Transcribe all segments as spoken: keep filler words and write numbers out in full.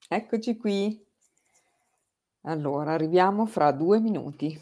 Eccoci qui. Allora, arriviamo fra due minuti.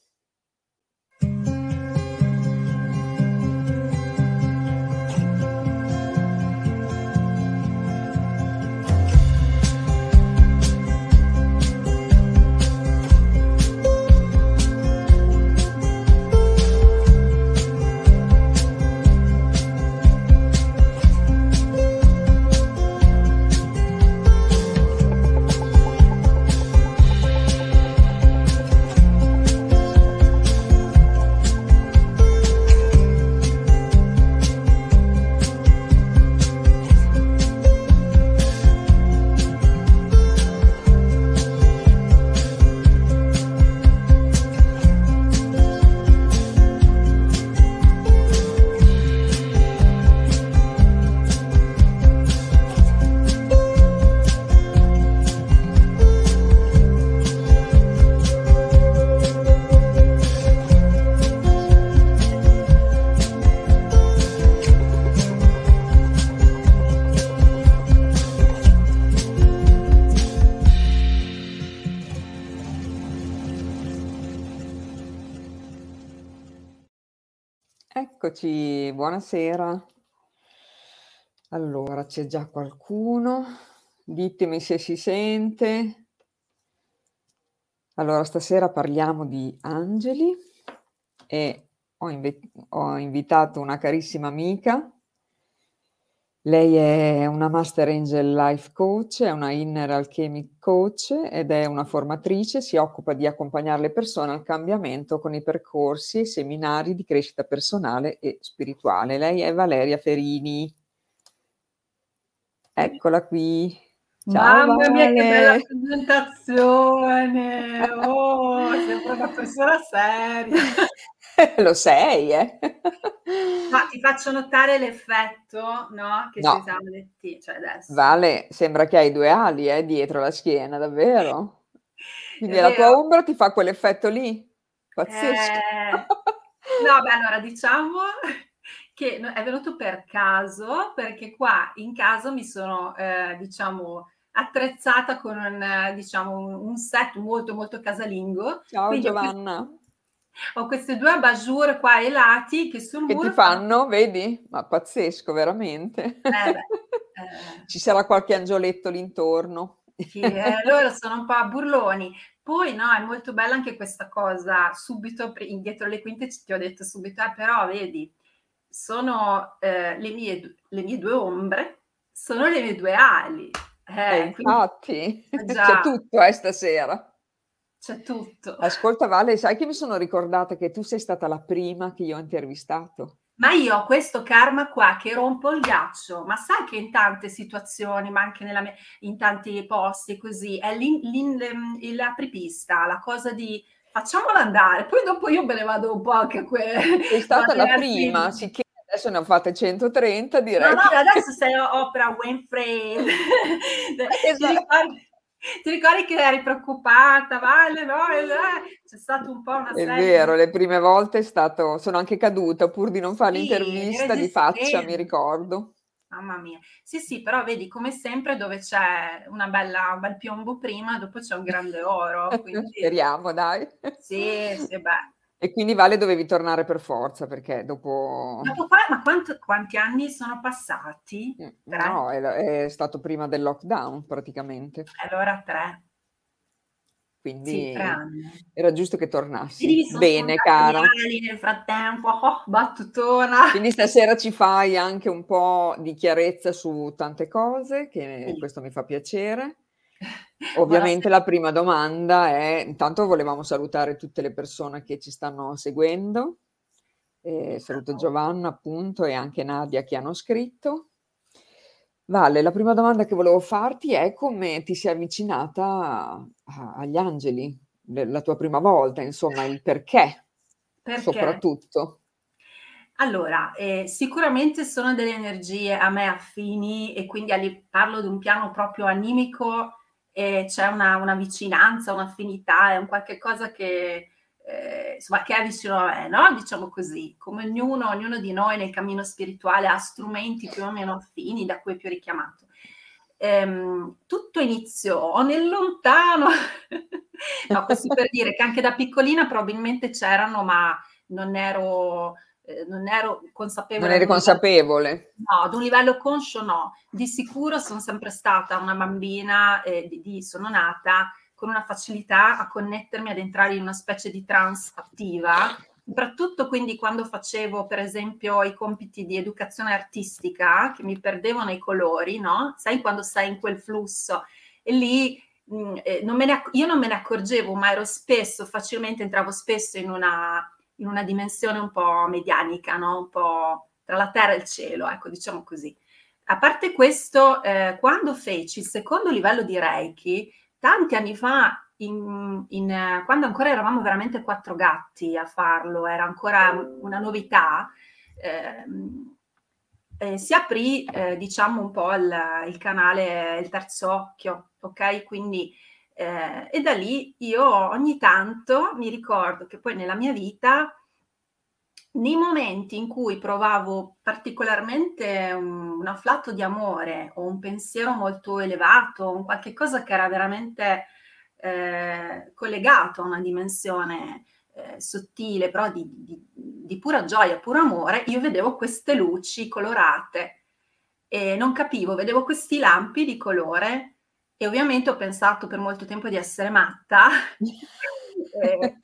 Eccoci, buonasera. Allora, c'è già qualcuno. Ditemi se si sente. Allora, stasera parliamo di angeli e ho inve ho invitato una carissima amica. Lei è una Master Angel Life Coach, è una Inner Alchemic Coach ed è una formatrice, si occupa di accompagnare le persone al cambiamento con i percorsi e seminari di crescita personale e spirituale. Lei è Valeria Ferini. Eccola qui. Ciao Mamma mia che bella Vale! presentazione! Oh, sembra una persona seria. Lo sei, eh! Ma ti faccio notare l'effetto, no, che ci No. siamo detti cioè adesso. Vale, sembra che hai due ali, eh, dietro la schiena, davvero. È Quindi la tua vero. ombra ti fa quell'effetto lì? Pazzesco. Eh, no beh, allora diciamo che no è venuto per caso, perché qua in casa mi sono, ehm, diciamo attrezzata con un diciamo un un set molto, molto casalingo, Ciao quindi ho ques Giovanna. ho queste due abajur qua ai lati che sul Che ti muro fanno fanno, vedi? Ma pazzesco veramente. Eh beh, eh. Ci sarà qualche angioletto lì intorno. Sì, eh, loro sono un po' burloni. Poi no, è molto bella anche questa cosa, subito pri in dietro le quinte c ti ho detto subito: "Eh, però vedi, sono, ehm, le mie d le mie due ombre, sono le mie due ali." Eh, Eh, quindi infatti, eh c'è già. tutto, eh, stasera. C'è tutto. Ascolta Vale, sai che mi sono ricordata che tu sei stata la prima che io ho intervistato? Ma io ho questo karma qua che rompo il ghiaccio, ma sai che in tante situazioni, ma anche nella mia in tanti posti così, è l'in l'in ehm, il l'apripista, la cosa di: "Facciamola andare." Poi dopo io me ne vado un po' anche a que Sei stata la prima, sicché adesso ne ho fatte centotrenta No, direi no, che adesso sei O Oprah Winfrey. Ti Esa ricordi ti ricordi che eri preoccupata? Vale, no, eh, c'è stato un po' una È serie di vero, le prime volte è stato sono anche caduta pur di non far Sì, di l'intervista di faccia, mi resistenza. ricordo. Mamma mia. Sì, sì, però vedi come sempre dove c'è una bella un bel piombo prima, dopo c'è un grande oro, quindi Speriamo dai. Sì, sì, beh. E quindi Vale dovevi tornare per forza perché dopo Dopo qua ma quant quanti anni sono passati? Mh, tre? no, è la è stato prima del lockdown praticamente. E allora tre. Sì, tre Quindi anni. era giusto che Vedi, tornassi. mi son Bene spuntate le cara. ali nel frattempo. Oh, battutona. Quindi stasera ci fai anche un po' di chiarezza su tante cose, che Sì. questo mi fa piacere. Buonase Ovviamente la prima domanda è intanto volevamo salutare tutte le persone che ci stanno seguendo. Ehm, saluto Giovanna appunto e anche Nadia che hanno scritto. Vale, la prima domanda che volevo farti è come ti sei avvicinata a agli angeli? Le la tua prima volta, insomma, il perché Perché? soprattutto. Allora, ehm, sicuramente sono delle energie a me affini e quindi a li parlo di un piano proprio animico, e c'è una una vicinanza, un'affinità, è un qualche cosa che, ehm, insomma che è vicino a me, no, diciamo così. Come ognuno ognuno di noi nel cammino spirituale ha strumenti più o meno affini da cui è più richiamato. Ehm, tutto iniziò nel lontano no, questo per dire che anche da piccolina probabilmente c'erano, ma non ero ehm, non ero Non consapevole ad eri un livello consapevole. no, ad un livello conscio no. Di sicuro son sempre stata una bambina, ehm, di di sono nata con una facilità a connettermi, ad entrare in una specie di trance attiva, soprattutto quindi quando facevo per esempio i compiti di educazione artistica, che mi perdevo nei colori, no, sai quando sei in quel flusso e lì, mhmm, ehm, non me ne acc io non me ne accorgevo, ma ero spesso facilmente entravo spesso in una in una dimensione un po' medianica, no, un po' tra la terra e il cielo, ecco, diciamo così. A parte questo, ehm, quando feci il secondo livello di Reiki, tanti anni fa, in in quando ancora eravamo veramente quattro gatti a farlo, era ancora una novità, ehm, ehm, si aprì, ehm, diciamo un po' il il canale il terzo occhio, okay, quindi ehm, e da lì io ogni tanto mi ricordo che poi nella mia vita nei momenti in cui provavo particolarmente un un afflatto di amore o un pensiero molto elevato, un qualche cosa che era veramente, ehm, collegato a una dimensione, ehm, sottile, però di di di pura gioia, puro amore, io vedevo queste luci colorate e non capivo, vedevo questi lampi di colore e ovviamente ho pensato per molto tempo di essere matta, e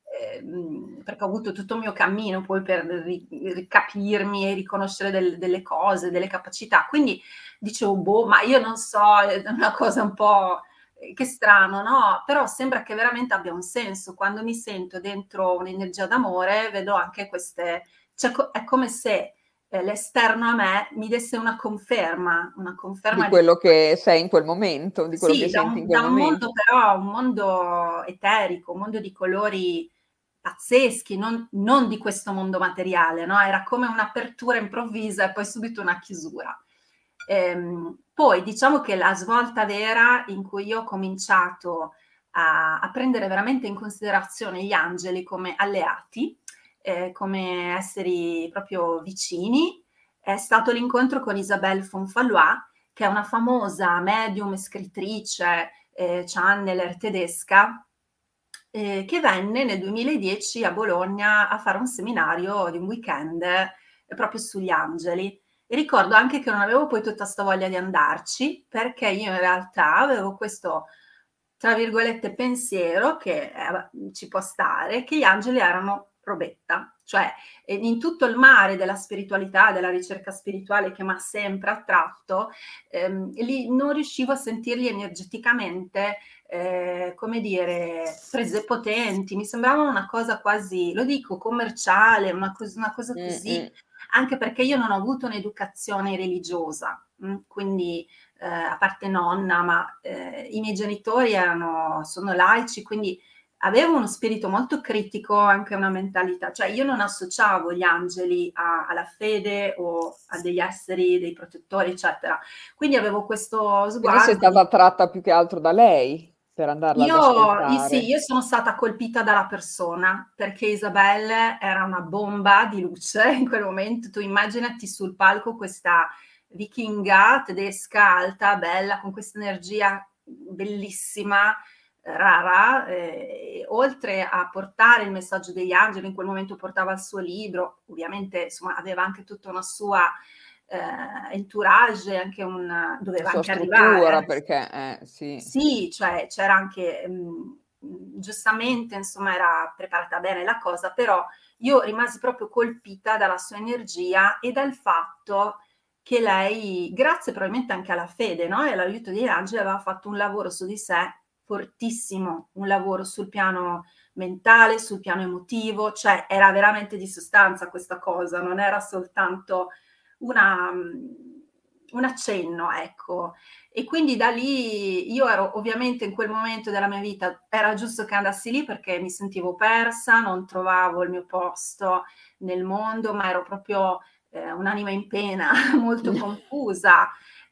ehm, perché ho avuto tutto il mio cammino poi per ri ricapirmi e riconoscere del delle cose, delle capacità. Quindi dicevo: "Boh, ma io non so, è una cosa un po' ehm, che strano, no?" Però sembra che veramente abbia un senso. Quando mi sento dentro un'energia d'amore, vedo anche queste cioè co è come se, ehm, l'esterno a me mi desse una conferma, una Di conferma di quello che sei in quel momento, di quello che sì, da senti in un quel da un momento. mondo però un mondo eterico, un mondo di colori pazzeschi, non non di questo mondo materiale, no, era come un'apertura improvvisa e poi subito una chiusura. Ehm, poi diciamo che la svolta vera in cui io ho cominciato a a prendere veramente in considerazione gli angeli come alleati, ehm, come esseri proprio vicini, è stato l'incontro con Isabelle Fonfallois, che è una famosa medium e scrittrice, ehm, channeler tedesca, ehm, che venne nel duemiladieci a Bologna a fare un seminario di un weekend, ehm, proprio sugli angeli. E ricordo anche che non avevo poi tutta 'sta voglia di andarci, perché io in realtà avevo questo, tra virgolette, "pensiero" che, eh, va ci può stare, che gli angeli erano robetta. Cioè, ehm, in tutto il mare della spiritualità, della ricerca spirituale che m'ha sempre attratto, ehm, lì non riuscivo a sentirli energeticamente, ehm, come dire, presepotenti, mi sembravano una cosa quasi, lo dico, commerciale, una cos una cosa così, Mh-mh. anche perché io non ho avuto un'educazione religiosa, mh, quindi, ehm, a parte nonna, ma, ehm, i miei genitori erano sono laici, quindi avevo uno spirito molto critico, anche una mentalità cioè io non associavo gli angeli a alla fede o a degli esseri, dei protettori, eccetera. Quindi avevo questo Quindi sei sguardo stata di attratta più che altro da lei, per andarla ad io i sì, ascoltare. io sono stata colpita dalla persona, perché Isabelle era una bomba di luce in quel momento. Tu immaginati sul palco questa vichinga tedesca alta, bella, con questa energia bellissima, rara, ehm, oltre a portare il messaggio degli angeli, in quel momento portava il suo libro, ovviamente insomma aveva anche tutta una sua, ehm, entourage, anche un La doveva sua anche arrivare struttura eh. perché eh, sì. Sì, cioè c'era anche, mhmm, mhmm, giustamente insomma era preparata bene la cosa, però io rimasi proprio colpita dalla sua energia e dal fatto che lei, grazie probabilmente anche alla fede, no, e all'aiuto degli angeli, aveva fatto un lavoro su di sé fortissimo, un lavoro sul piano mentale, sul piano emotivo, cioè era veramente di sostanza questa cosa, non era soltanto una mhmm, un accenno, ecco. E quindi da lì io ero ovviamente in quel momento della mia vita era giusto che andassi lì perché mi sentivo persa, non trovavo il mio posto nel mondo, ma ero proprio, ehm, un'anima in pena, molto confusa.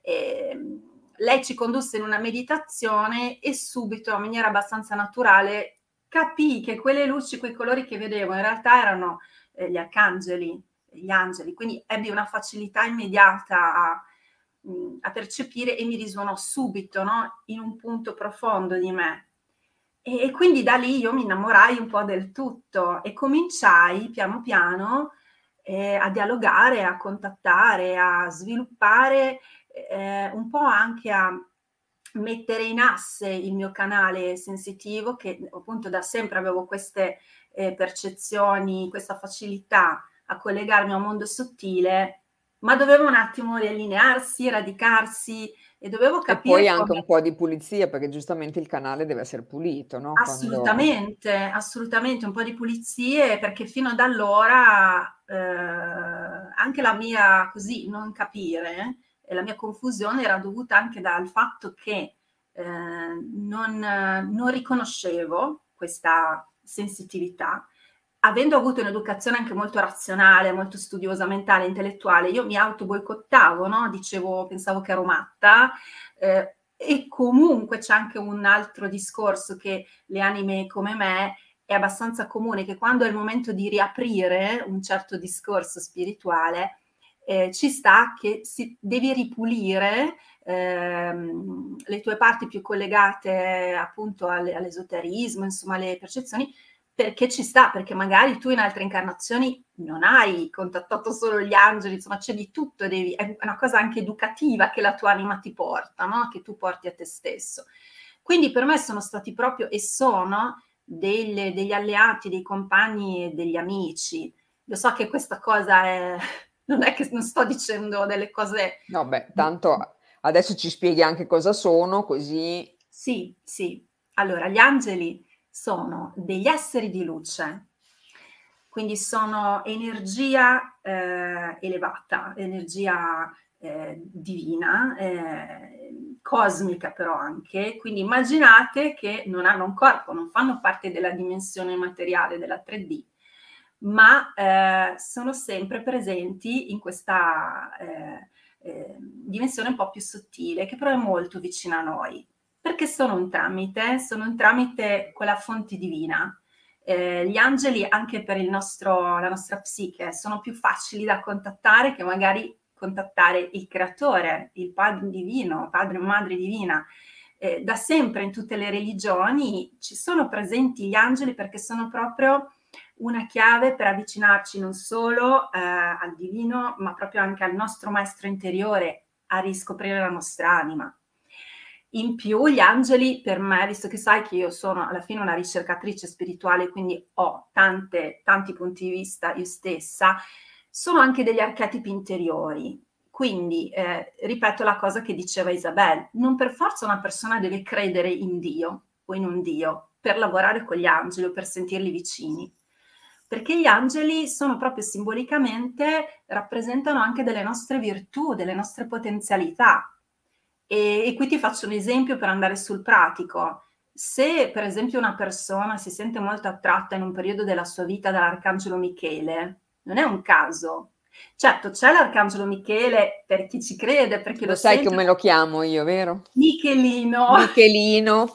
Ehm, lei ci condusse in una meditazione e subito, in maniera abbastanza naturale, capii che quelle luci, quei colori che vedevo in realtà erano, ehm, gli arcangeli, gli angeli, quindi ebbi una facilità immediata a mh, a percepire e mi risuonò subito, no? In un punto profondo di me. E, e quindi da lì io mi innamorai un po' del tutto e cominciai piano piano eh, a dialogare, a contattare, a sviluppare eh, un po' anche a mettere in asse il mio canale sensitivo, che appunto da sempre avevo queste eh, percezioni, questa facilità a collegarmi a un mondo sottile, ma doveva un attimo riallinearsi, radicarsi e dovevo E poi capire anche come. un po' di pulizia, perché giustamente il canale deve essere pulito, no? Quando... Assolutamente, assolutamente, un po' di pulizie, perché fino ad allora eh, anche la mia così non capire e la mia confusione era dovuta anche dal fatto che eh, non, non riconoscevo questa sensitività. Avendo avuto un'educazione anche molto razionale, molto studiosa, mentale, intellettuale, io mi auto boicottavo, no? Dicevo, pensavo che ero matta, eh, e comunque c'è anche un altro discorso che le anime come me è abbastanza comune, che quando è il momento di riaprire un certo discorso spirituale, eh, ci sta che si, devi ripulire ehm, le tue parti più collegate appunto alle, all'esoterismo, insomma alle percezioni, perché ci sta, perché magari tu in altre incarnazioni non hai contattato solo gli angeli, insomma c'è di tutto, devi, è una cosa anche educativa che la tua anima ti porta, no? Che tu porti a te stesso. Quindi per me sono stati proprio e sono delle, degli alleati, dei compagni e degli amici. Io so che questa cosa è, non è che non sto dicendo delle cose. No, beh, tanto adesso ci spieghi anche cosa sono, così... Sì, sì. Allora, gli angeli sono degli esseri di luce, quindi sono energia eh, elevata, energia eh, divina, eh, cosmica però anche, quindi immaginate che non hanno un corpo, non fanno parte della dimensione materiale della tre D, ma eh, sono sempre presenti in questa eh, eh, dimensione un po' più sottile, che però è molto vicina a noi, perché sono un tramite, sono un tramite con la fonte divina. Eh, gli angeli, anche per il nostro, la nostra psiche, sono più facili da contattare che magari contattare il creatore, il padre divino, padre o madre divina. Eh, da sempre in tutte le religioni ci sono presenti gli angeli perché sono proprio una chiave per avvicinarci non solo eh, al divino, ma proprio anche al nostro maestro interiore, a riscoprire la nostra anima. In più gli angeli per me, visto che sai che io sono alla fine una ricercatrice spirituale, quindi ho tante, tanti punti di vista io stessa, sono anche degli archetipi interiori. Quindi eh, ripeto la cosa che diceva Isabel, non per forza una persona deve credere in Dio o in un Dio per lavorare con gli angeli o per sentirli vicini, perché gli angeli sono proprio simbolicamente, rappresentano anche delle nostre virtù, delle nostre potenzialità. E, e qui ti faccio un esempio per andare sul pratico. Se per esempio una persona si sente molto attratta in un periodo della sua vita dall'arcangelo Michele, non è un caso. Certo, c'è l'arcangelo Michele per chi ci crede, per chi lo Lo sai sente. come lo chiamo io, vero? Michelino. Michelino.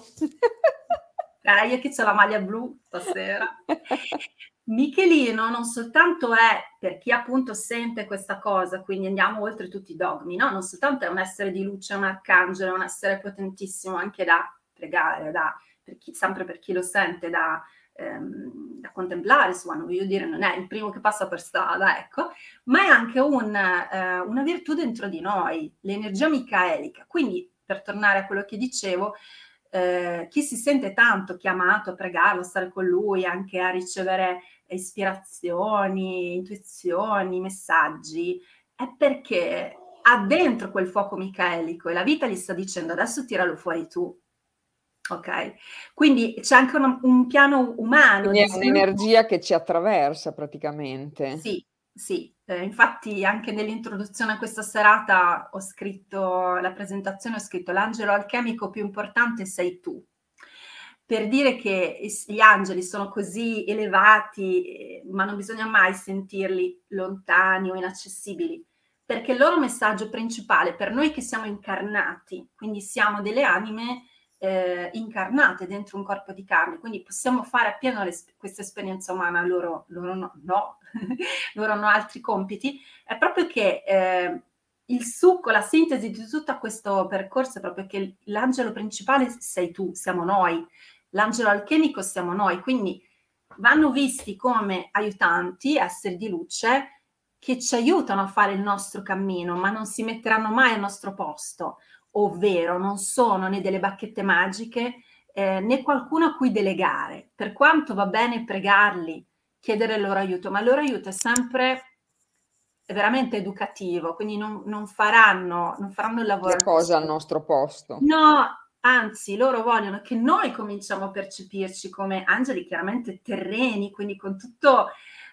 Eh, io che c'ho la maglia blu stasera. Michelino non soltanto è, per chi appunto sente questa cosa, quindi andiamo oltre tutti i dogmi, no? Non soltanto è un essere di luce, un arcangelo, un essere potentissimo anche da pregare, da, per chi, sempre per chi lo sente, da, ehm, da contemplare, insomma, non voglio dire, non è il primo che passa per strada, ecco, ma è anche un, eh, una virtù dentro di noi, l'energia micaelica. Quindi, per tornare a quello che dicevo, eh, chi si sente tanto chiamato a pregarlo, a stare con lui, anche a ricevere ispirazioni, intuizioni, messaggi, è perché ha dentro quel fuoco micaelico e la vita gli sta dicendo adesso tiralo fuori tu. Ok? Quindi c'è anche un, un piano umano Quindi è di sviluppo. un'energia che ci attraversa praticamente. Sì, sì, eh, infatti anche nell'introduzione a questa serata ho scritto la presentazione, ho scritto l'angelo alchemico più importante sei tu, per dire che gli angeli sono così elevati, eh, ma non bisogna mai sentirli lontani o inaccessibili, perché il loro messaggio principale per noi che siamo incarnati, quindi siamo delle anime eh, incarnate dentro un corpo di carne, quindi possiamo fare appieno questa esperienza umana, loro, loro no, no. Loro hanno altri compiti, è proprio che eh, il succo, la sintesi di tutto questo percorso è proprio che l'angelo principale sei tu, siamo noi, l'angelo alchemico siamo noi, quindi vanno visti come aiutanti, esseri di luce, che ci aiutano a fare il nostro cammino, ma non si metteranno mai al nostro posto, ovvero non sono né delle bacchette magiche, eh, né qualcuno a cui delegare. Per quanto va bene pregarli, chiedere il loro aiuto, ma il loro aiuto è sempre è veramente educativo, quindi non, non faranno, non faranno il lavoro Le al cose posto. al nostro posto. No, anzi, loro vogliono che noi cominciamo a percepirci come angeli chiaramente terreni, quindi con tutto,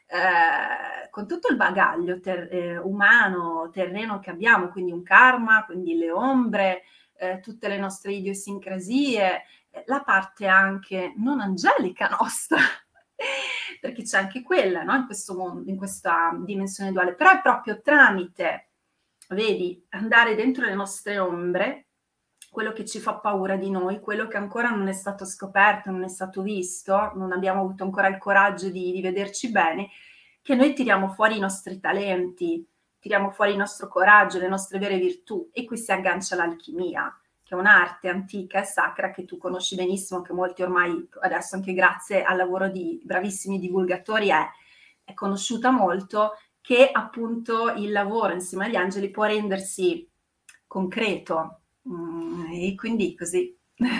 eh, con tutto il bagaglio ter- eh, umano, terreno che abbiamo, quindi un karma, quindi le ombre, eh, tutte le nostre idiosincrasie, eh, la parte anche non angelica nostra, perché c'è anche quella, no? In questo mondo, in questa dimensione duale, però è proprio tramite, vedi, andare dentro le nostre ombre, quello che ci fa paura di noi, quello che ancora non è stato scoperto, non è stato visto, non abbiamo avuto ancora il coraggio di, di vederci bene, che noi tiriamo fuori i nostri talenti, tiriamo fuori il nostro coraggio, le nostre vere virtù, e qui si aggancia l'alchimia, che è un'arte antica e sacra che tu conosci benissimo, che molti ormai, adesso anche grazie al lavoro di bravissimi divulgatori, è, è conosciuta molto, che appunto il lavoro insieme agli angeli può rendersi concreto. Mm, e quindi così.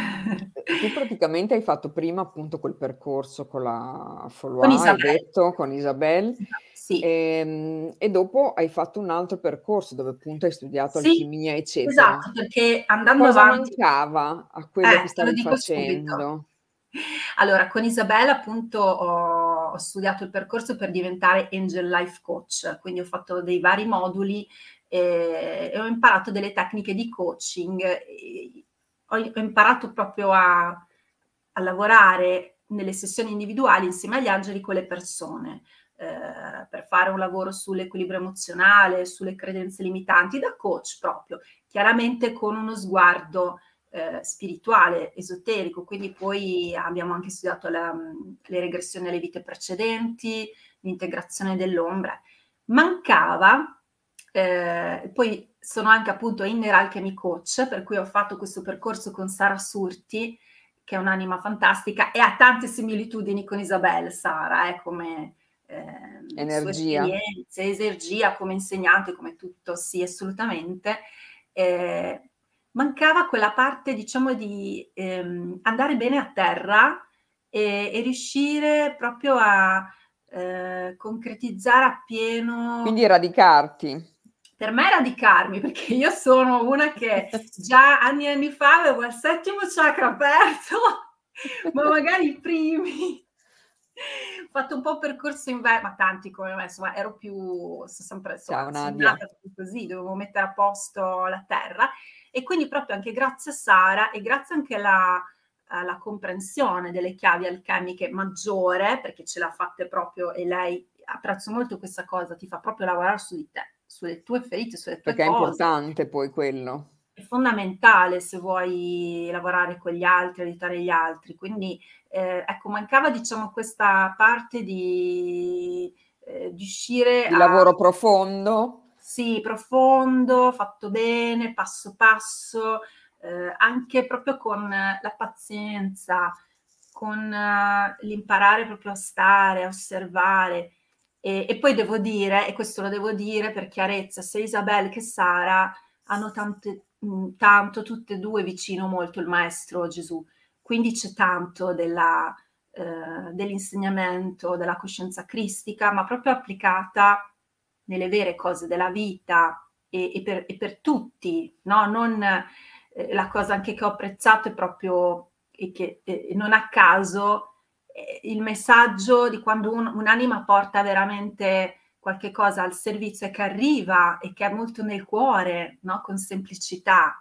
E tu praticamente hai fatto prima appunto quel percorso con la Con Folois, hai Isabel. detto, con Isabel, Sì. ehm, e dopo hai fatto un altro percorso dove appunto hai studiato Sì, alchimia, eccetera. esatto, perché andando Cosa avanti mancava a quello che eh, te lo stavi dico subito. facendo? Allora, con Isabella appunto ho, ho studiato il percorso per diventare Angel Life Coach, quindi ho fatto dei vari moduli eh, e ho imparato delle tecniche di coaching. E ho, ho imparato proprio a, a lavorare nelle sessioni individuali insieme agli angeli con le persone. Eh, per fare un lavoro sull'equilibrio emozionale, sulle credenze limitanti, da coach proprio, chiaramente con uno sguardo eh, spirituale, esoterico, quindi poi abbiamo anche studiato la, le regressioni alle vite precedenti, l'integrazione dell'ombra. Mancava, eh, poi sono anche appunto Inner Alchemy Coach, per cui ho fatto questo percorso con Sara Surti, che è un'anima fantastica e ha tante similitudini con Isabel, Sara, eh, come eh, sue Energia. esperienze, esergia come insegnante, come tutto, sì, assolutamente. Eh, mancava quella parte, diciamo, di ehm, andare bene a terra e, e riuscire proprio a eh, concretizzare appieno. Quindi radicarti. Per me radicarmi, perché io sono una che già anni e anni fa avevo il settimo chakra aperto, ma magari i primi. Ho fatto un po' percorso inverso, ma tanti come me, insomma, ero più, sono sempre, insomma, Ciao sono Nadia. nata così, dovevo mettere a posto la terra, e quindi proprio anche grazie a Sara e grazie anche alla, alla comprensione delle chiavi alchemiche maggiore, perché ce l'ha fatte proprio, e lei, apprezzo molto questa cosa, ti fa proprio lavorare su di te, sulle tue ferite, sulle tue Perché è cose. importante poi quello. È fondamentale se vuoi lavorare con gli altri, aiutare gli altri. Quindi, eh, ecco, mancava, diciamo, questa parte di eh, riuscire Di a lavoro profondo. sì, profondo, fatto bene, passo passo, eh, anche proprio con la pazienza, con eh, l'imparare proprio a stare, a osservare. E, e poi devo dire, e questo lo devo dire per chiarezza, sia Isabel che Sara hanno tante, mh, tanto tutte e due vicino molto il Maestro Gesù. Quindi c'è tanto della, eh, dell'insegnamento, della coscienza cristica, ma proprio applicata nelle vere cose della vita e, e, per, e per tutti, no? Non, eh, la cosa anche che ho apprezzato è proprio e che eh, non a caso eh, il messaggio di quando un, un'anima porta veramente qualche cosa al servizio e che arriva e che è molto nel cuore, no? Con semplicità.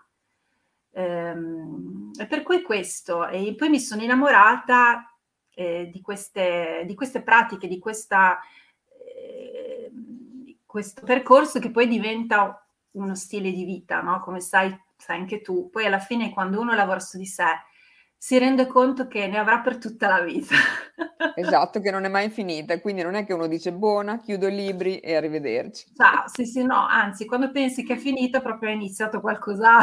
Ehm, e per cui questo, e poi mi sono innamorata eh, di, queste, di queste pratiche, di questa eh, questo percorso che poi diventa uno stile di vita, no? Come sai, sai anche tu. Poi alla fine quando uno lavora su di sé si rende conto che ne avrà per tutta la vita. Esatto, che non è mai finita, quindi non è che uno dice: "Buona, chiudo i libri e arrivederci." Ciao, sì, sì, no, anzi quando pensi che è finita proprio è iniziato qualcosa.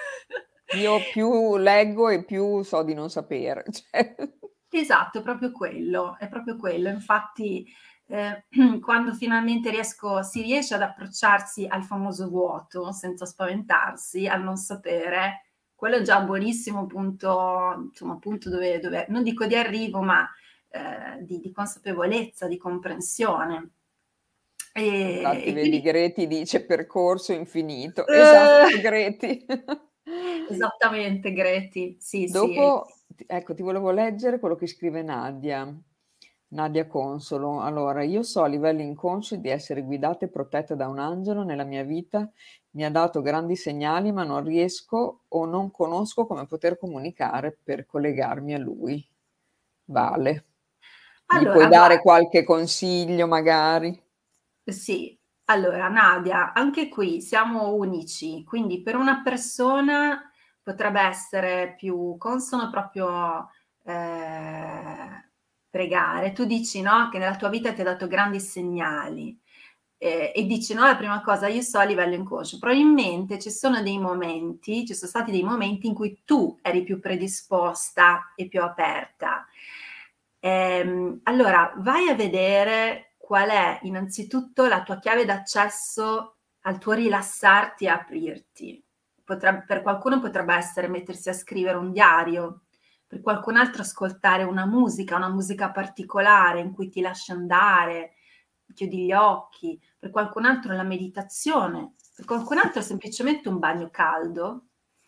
Io più leggo e più so di non sapere, cioè. Esatto, è proprio quello, è proprio quello. Infatti, ehm, quando finalmente riesco si riesce ad approcciarsi al famoso vuoto senza spaventarsi, al non sapere, quello è già un buonissimo punto, insomma, punto dove dove non dico di arrivo, ma, ehm, di di consapevolezza, di comprensione. Ehm, Infatti e vedi quindi Greti dice: "Percorso infinito." uhm, Esatto, Greti. esattamente Greti, sì, sì. E Dopo t ecco, ti volevo leggere quello che scrive Nadia, Nadia Consolo. Allora: "Io so a livello inconscio di essere guidata e protetta da un angelo nella mia vita, mi ha dato grandi segnali, ma non riesco o non conosco come poter comunicare per collegarmi a lui." Vale. Gli puoi allora dare guarda. qualche consiglio magari? Sì, allora Nadia, anche qui siamo unici, quindi per una persona potrebbe essere più consono proprio, ehm, pregare. Tu dici, no, che nella tua vita ti ha dato grandi segnali, ehm, e dici, no, la prima cosa: "Io so a livello inconscio." Probabilmente ci sono dei momenti ci son stati dei momenti in cui tu eri più predisposta e più aperta. Ehm, allora vai a vedere qual è innanzitutto la tua chiave d'accesso al tuo rilassarti e aprirti. Potreb per qualcuno potrebbe essere mettersi a scrivere un diario, per qualcun altro ascoltare una musica, una musica particolare in cui ti lasci andare, chiudi gli occhi, per qualcun altro la meditazione, per qualcun altro semplicemente un bagno caldo,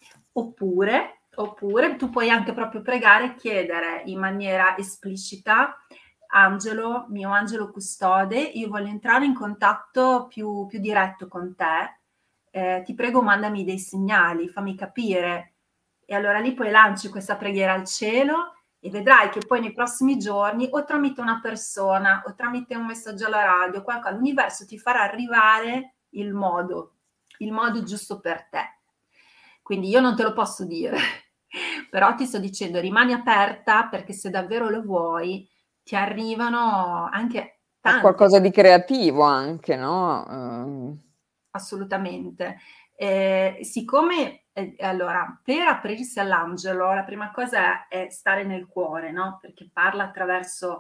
oppure oppure tu puoi anche proprio pregare e chiedere in maniera esplicita: "Angelo, mio angelo custode, io voglio entrare in contatto più più diretto con te, ehm, ti prego mandami dei segnali, fammi capire." E allora lì poi lanci questa preghiera al cielo e vedrai che poi nei prossimi giorni, o tramite una persona, o tramite un messaggio alla radio, qualcosa, l'universo ti farà arrivare il modo, il modo giusto per te. Quindi io non te lo posso dire, però ti sto dicendo rimani aperta perché se davvero lo vuoi ti arrivano anche Ma tante. qualcosa di creativo anche, no, uhm, Assolutamente. Ehm, siccome ehm, allora, per aprirsi all'angelo la prima cosa è stare nel cuore, no, perché parla attraverso,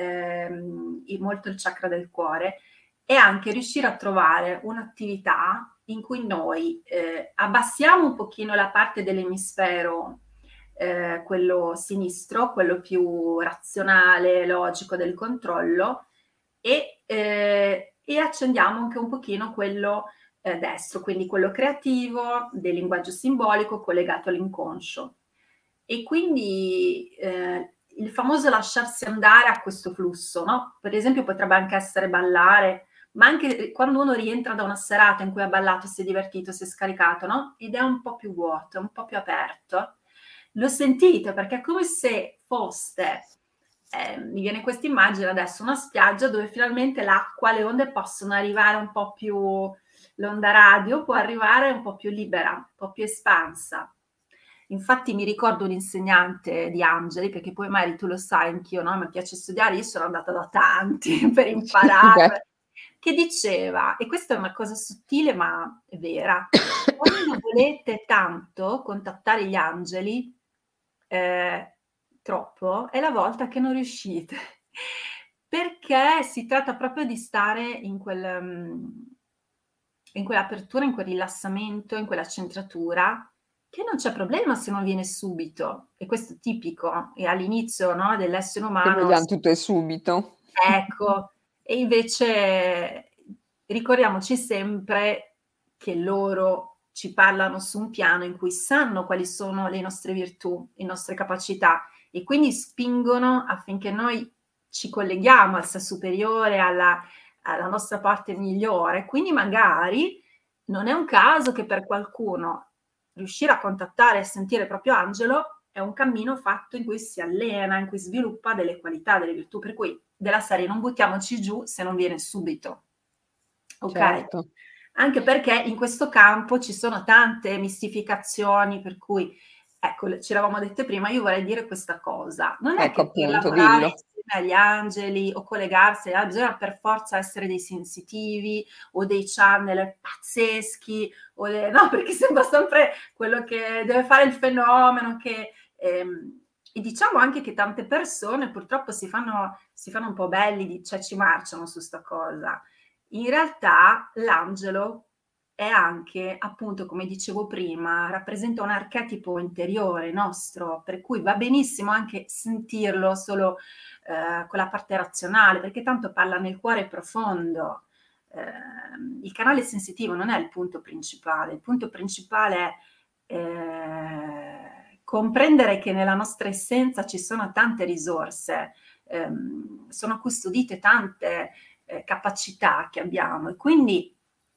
ehm, i molto il chakra del cuore, e anche riuscire a trovare un'attività in cui noi, ehm, abbassiamo un pochino la parte dell'emisfero, ehm, quello sinistro, quello più razionale, logico, del controllo, e ehm, e accendiamo anche un pochino quello, ehm, destro, quindi quello creativo, del linguaggio simbolico collegato all'inconscio. E quindi, ehm, il famoso lasciarsi andare a questo flusso, no, per esempio potrebbe anche essere ballare, ma anche, ehm, quando uno rientra da una serata in cui ha ballato, si è divertito, si è scaricato, no, ed è un po' più vuoto, un po' più aperto, lo sentite perché è come se foste, ehm, mi viene questa immagine adesso, una spiaggia dove finalmente l'acqua, le onde possono arrivare un po' più, l'onda radio può arrivare un po' più libera, un po' più espansa. Infatti mi ricordo un insegnante di angeli, perché poi magari tu lo sai, anch'io, no, mi piace studiare, io sono andata da tanti per sì, beh. imparare, che diceva, e questa è una cosa sottile ma è vera: quando volete tanto contattare gli angeli, ehm, troppo, è la volta che non riuscite. Perché si tratta proprio di stare in quel mhmm, in quell'apertura, in quel rilassamento, in quella centratura, che non c'è problema se non viene subito. E questo è tipico, e all'inizio, no, dell'essere Che umano vogliam s tutto e subito. ecco, e invece ricordiamoci sempre che loro ci parlano su un piano in cui sanno quali sono le nostre virtù, le nostre capacità, e quindi spingono affinché noi ci colleghiamo al sé superiore, alla alla nostra parte migliore. Quindi magari non è un caso che per qualcuno riuscire a contattare e sentire il proprio angelo è un cammino fatto in cui si allena, in cui sviluppa delle qualità, delle virtù, per cui della serie non buttiamoci giù se non viene subito. Okay? Certo. Anche perché in questo campo ci sono tante mistificazioni, per cui ecco, le ce l'avevamo dette prima, io vorrei dire questa cosa: non è Ecco, che per appunto, lavorare dillo. insieme agli angeli o collegarsi a bisogna per forza essere dei sensitivi o dei channel pazzeschi o de no, perché sembra sempre quello che deve fare il fenomeno che ehm, e diciamo anche che tante persone purtroppo si fanno si fanno un po' belli, di cioè ci marciano su 'sta cosa. In realtà l'angelo è anche, appunto, come dicevo prima, rappresenta un archetipo interiore nostro, per cui va benissimo anche sentirlo solo, ehm, con la parte razionale, perché tanto parla nel cuore profondo. Ehm, il canale sensitivo non è il punto principale, il punto principale è, ehm, comprendere che nella nostra essenza ci sono tante risorse, ehm, sono custodite tante, ehm, capacità che abbiamo e quindi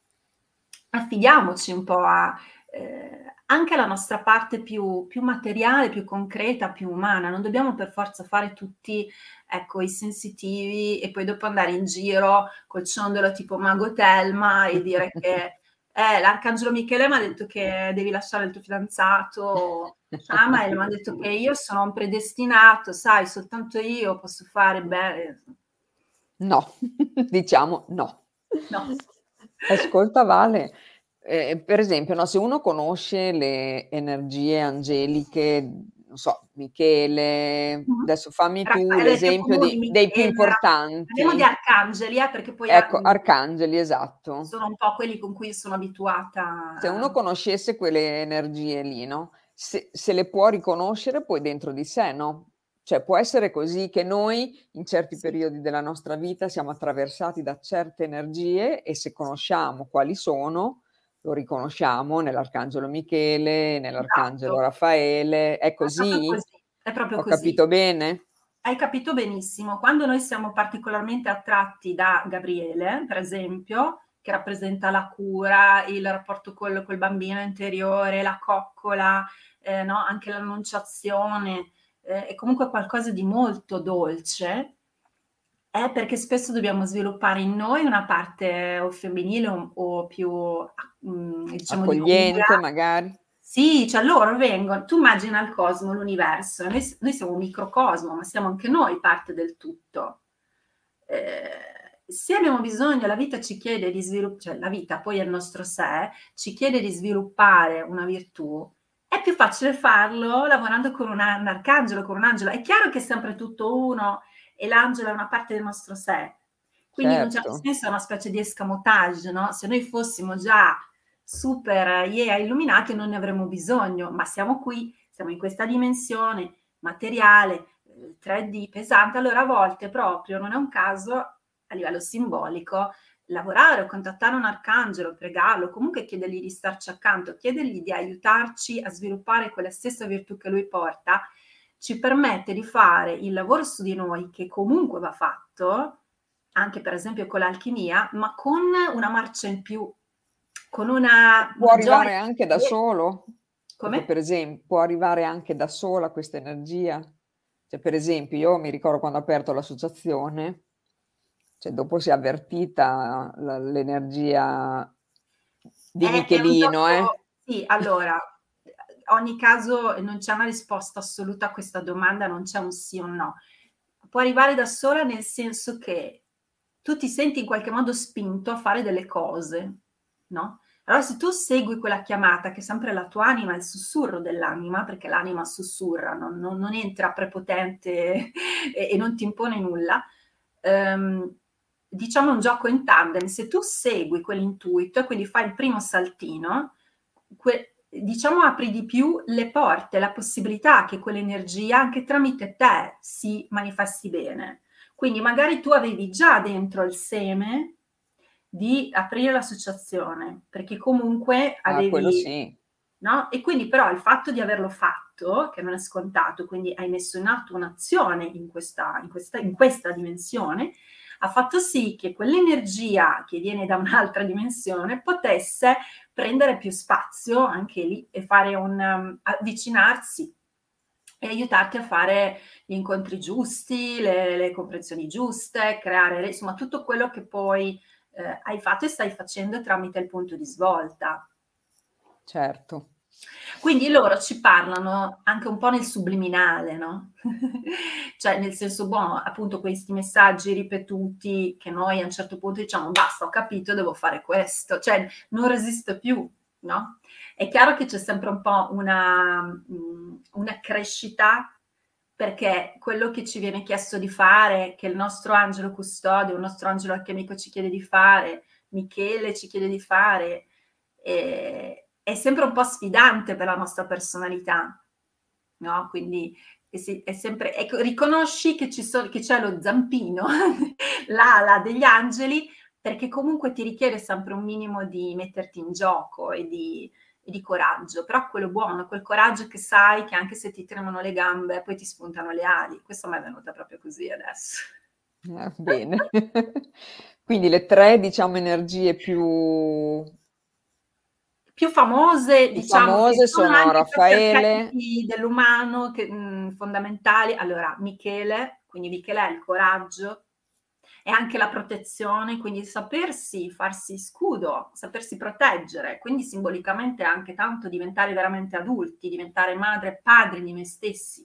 affidiamoci un po' a ehm, anche alla nostra parte più più materiale, più concreta, più umana. Non dobbiamo per forza fare tutti, ecco, i sensitivi e poi dopo andare in giro col ciondolo tipo Mago Telma e dire che: "Eh, l'arcangelo Michele m'ha detto che devi lasciare il tuo fidanzato", Samael m'ha detto che io sono un predestinato, sai, soltanto io posso fare be No, diciamo no. no. Ascolta Vale, ehm, per esempio, no, se uno conosce le energie angeliche, non so, Michele, Mh-mh. adesso fammi tu Raffaele le più l'esempio comuni, di dei più Michele, Ra parliamo di importanti. arcangeli, eh, perché poi a Ecco, mhmm, arcangeli, esatto. sono un po' quelli con cui sono abituata Se uno a conoscesse quelle energie lì, no, se se le può riconoscere poi dentro di sé, no, cioè può essere così che noi in certi sì, periodi della nostra vita siamo attraversati da certe energie e se sì, conosciamo quali sono, lo riconosciamo nell'arcangelo Michele, nell'arcangelo esatto. Raffaele. È È proprio così? così, è proprio Ho così. capito bene? Hai capito benissimo. Quando noi siamo particolarmente attratti da Gabriele, per esempio, che rappresenta la cura, il rapporto col col bambino interiore, la coccola, ehm, no, anche l'annunciazione, ehm, è comunque qualcosa di molto dolce, è perché spesso dobbiamo sviluppare in noi una parte o femminile o o più a mhmm, diciamo di cura. Accogliente magari? Sì, cioè loro vengon tu immagina il cosmo, l'universo, noi s noi siamo un microcosmo, ma siamo anche noi parte del tutto. Ehm, se abbiamo bisogno la vita ci chiede di svilu cioè la vita poi è il nostro sé, ci chiede di sviluppare una virtù, è più facile farlo lavorando con un a un arcangelo, con un angelo. È chiaro che è sempre tutto uno e l'angelo è una parte del nostro sé. Quindi in un certo Certo, senso è una specie di escamotage, no, se noi fossimo già super yeah illuminati non ne avremmo bisogno, ma siamo qui, siamo in questa dimensione materiale, ehm, tre D pesante, allora a volte proprio non è un caso, a livello simbolico, lavorare o contattare un arcangelo, pregarlo, comunque chiedergli di starci accanto, chiedergli di aiutarci a sviluppare quella stessa virtù che lui porta, ci permette di fare il lavoro su di noi che comunque va fatto, anche per esempio con l'alchimia, ma con una marcia in più, con una può maggiore arrivare anche da solo? Perché come? per esem può arrivare anche da sola questa energia? Cioè, per esempio, io mi ricordo quando ho aperto l'associazione, cioè dopo si è avvertita la l'energia di È è un Michelino, eh. gioco sì, allora, uhm, ogni caso non c'è una risposta assoluta a questa domanda, non c'è un sì o un no. Può arrivare da sola nel senso che tu ti senti in qualche modo spinto a fare delle cose, no, allora se tu segui quella chiamata che è sempre la tua anima, il sussurro dell'anima, perché l'anima sussurra, non non non entra prepotente e e non ti impone nulla, ehm, diciamo è un gioco in tandem. Se tu segui quell'intuito e quindi fai il primo saltino, que diciamo apri di più le porte, la possibilità che quell'energia, anche tramite te, si manifesti bene. Quindi magari tu avevi già dentro il seme di aprire l'associazione, perché comunque Ah, quello avevi sì, no, e quindi però il fatto di averlo fatto, che non è scontato, quindi hai messo in atto un'azione in questa in questa in questa dimensione, ha fatto sì che quell'energia che viene da un'altra dimensione potesse prendere più spazio anche lì e fare un um, avvicinarsi e aiutarti a fare gli incontri giusti, le le comprensioni giuste, creare re insomma tutto quello che poi, ehm, hai fatto e stai facendo tramite il punto di svolta. certo. Quindi loro ci parlano anche un po' nel subliminale, no, cioè nel senso buono, appunto questi messaggi ripetuti che noi a un certo punto diciamo: "Basta, ho capito, devo fare questo", cioè non resisto più, no. È chiaro che c'è sempre un po' una mhmm, una crescita, perché quello che ci viene chiesto di fare, che il nostro angelo custode, il nostro angelo alchemico ci chiede di fare, Michele ci chiede di fare, ehm, è sempre un po' sfidante per la nostra personalità, no, quindi è sì è sempre ecco, riconosci che ci so che c'è lo zampino, l'ala degli angeli, perché comunque ti richiede sempre un minimo di metterti in gioco e di e di coraggio, però quello buono, quel coraggio che sai che anche se ti tremano le gambe, poi ti spuntano le ali. Questo m'è venuta proprio così adesso. Ah, bene. Quindi le tre, diciamo, energie più Più famose, più diciamo, che famose sono sono anche proprio Raffaele. archetipi dell'umano che mhmm, fondamentali. Allora, Michele, quindi Michele è il coraggio, è anche la protezione, quindi sapersi farsi scudo, sapersi proteggere, quindi simbolicamente anche tanto diventare veramente adulti, diventare madre e padri di noi stessi,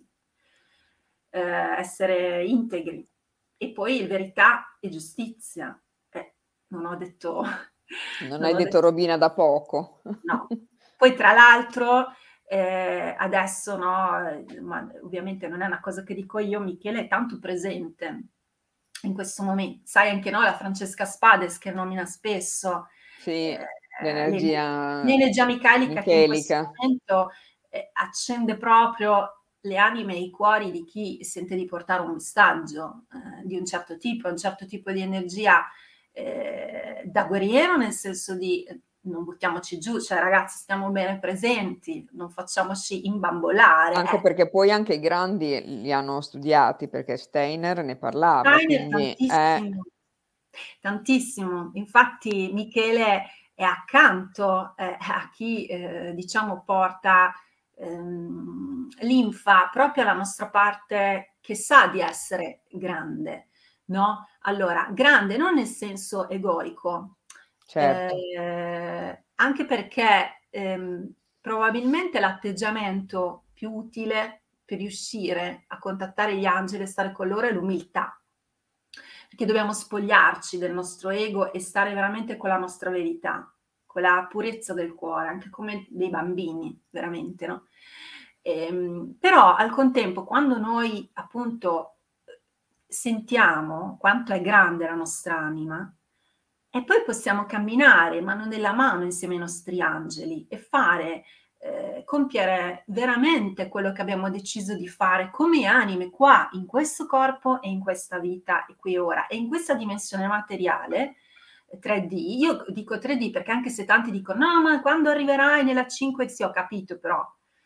ehm, essere integri. E poi il verità e giustizia. Eh, non ho detto Non non hai ho detto detto robina da poco. no. Poi tra l'altro, ehm, adesso, no, ehm, ma ovviamente non è una cosa che dico io, Michele è tanto presente in questo momen sai anche, no, la Francesca Spades che nomina spesso, Sì, ehm, l'ener l'energia l'energia michelica che in questo michelica. momento, ehm, accende proprio le anime e i cuori di chi sente di portare un messaggio, ehm, di un certo tipo, un certo tipo di energia, ehm, da guerriero, nel senso di, ehm, non buttiamoci giù, cioè ragazzi stiamo bene presenti, non facciamoci imbambolare, Anche ecco. perché poi anche i grandi li hanno studiati, perché Steiner ne parlava, Steiner quindi eh, tantissimo, tantissimo. Infatti Michele è accanto, ehm, a chi, ehm, diciamo porta, ehm, linfa proprio alla nostra parte che sa di essere grande, no, allora grande non nel senso egoico, certo. ehm, anche perché, ehm, probabilmente l'atteggiamento più utile per riuscire a contattare gli angeli e stare con loro è l'umiltà. Perché dobbiamo spogliarci del nostro ego e stare veramente con la nostra verità, con la purezza del cuore, anche come dei bambini, veramente, no? Ehm, però al contempo, quando noi appunto eh, sentiamo quanto è grande la nostra anima, e poi possiamo camminare mano nella mano insieme ai nostri angeli e fare ehm, compiere veramente quello che abbiamo deciso di fare come anime qua, in questo corpo e in questa vita e qui e ora. E in questa dimensione materiale, ehm, tre D, io dico tre D perché anche se tanti dicono: "No, ma quando arriverai nella cinque" sì, ho capito però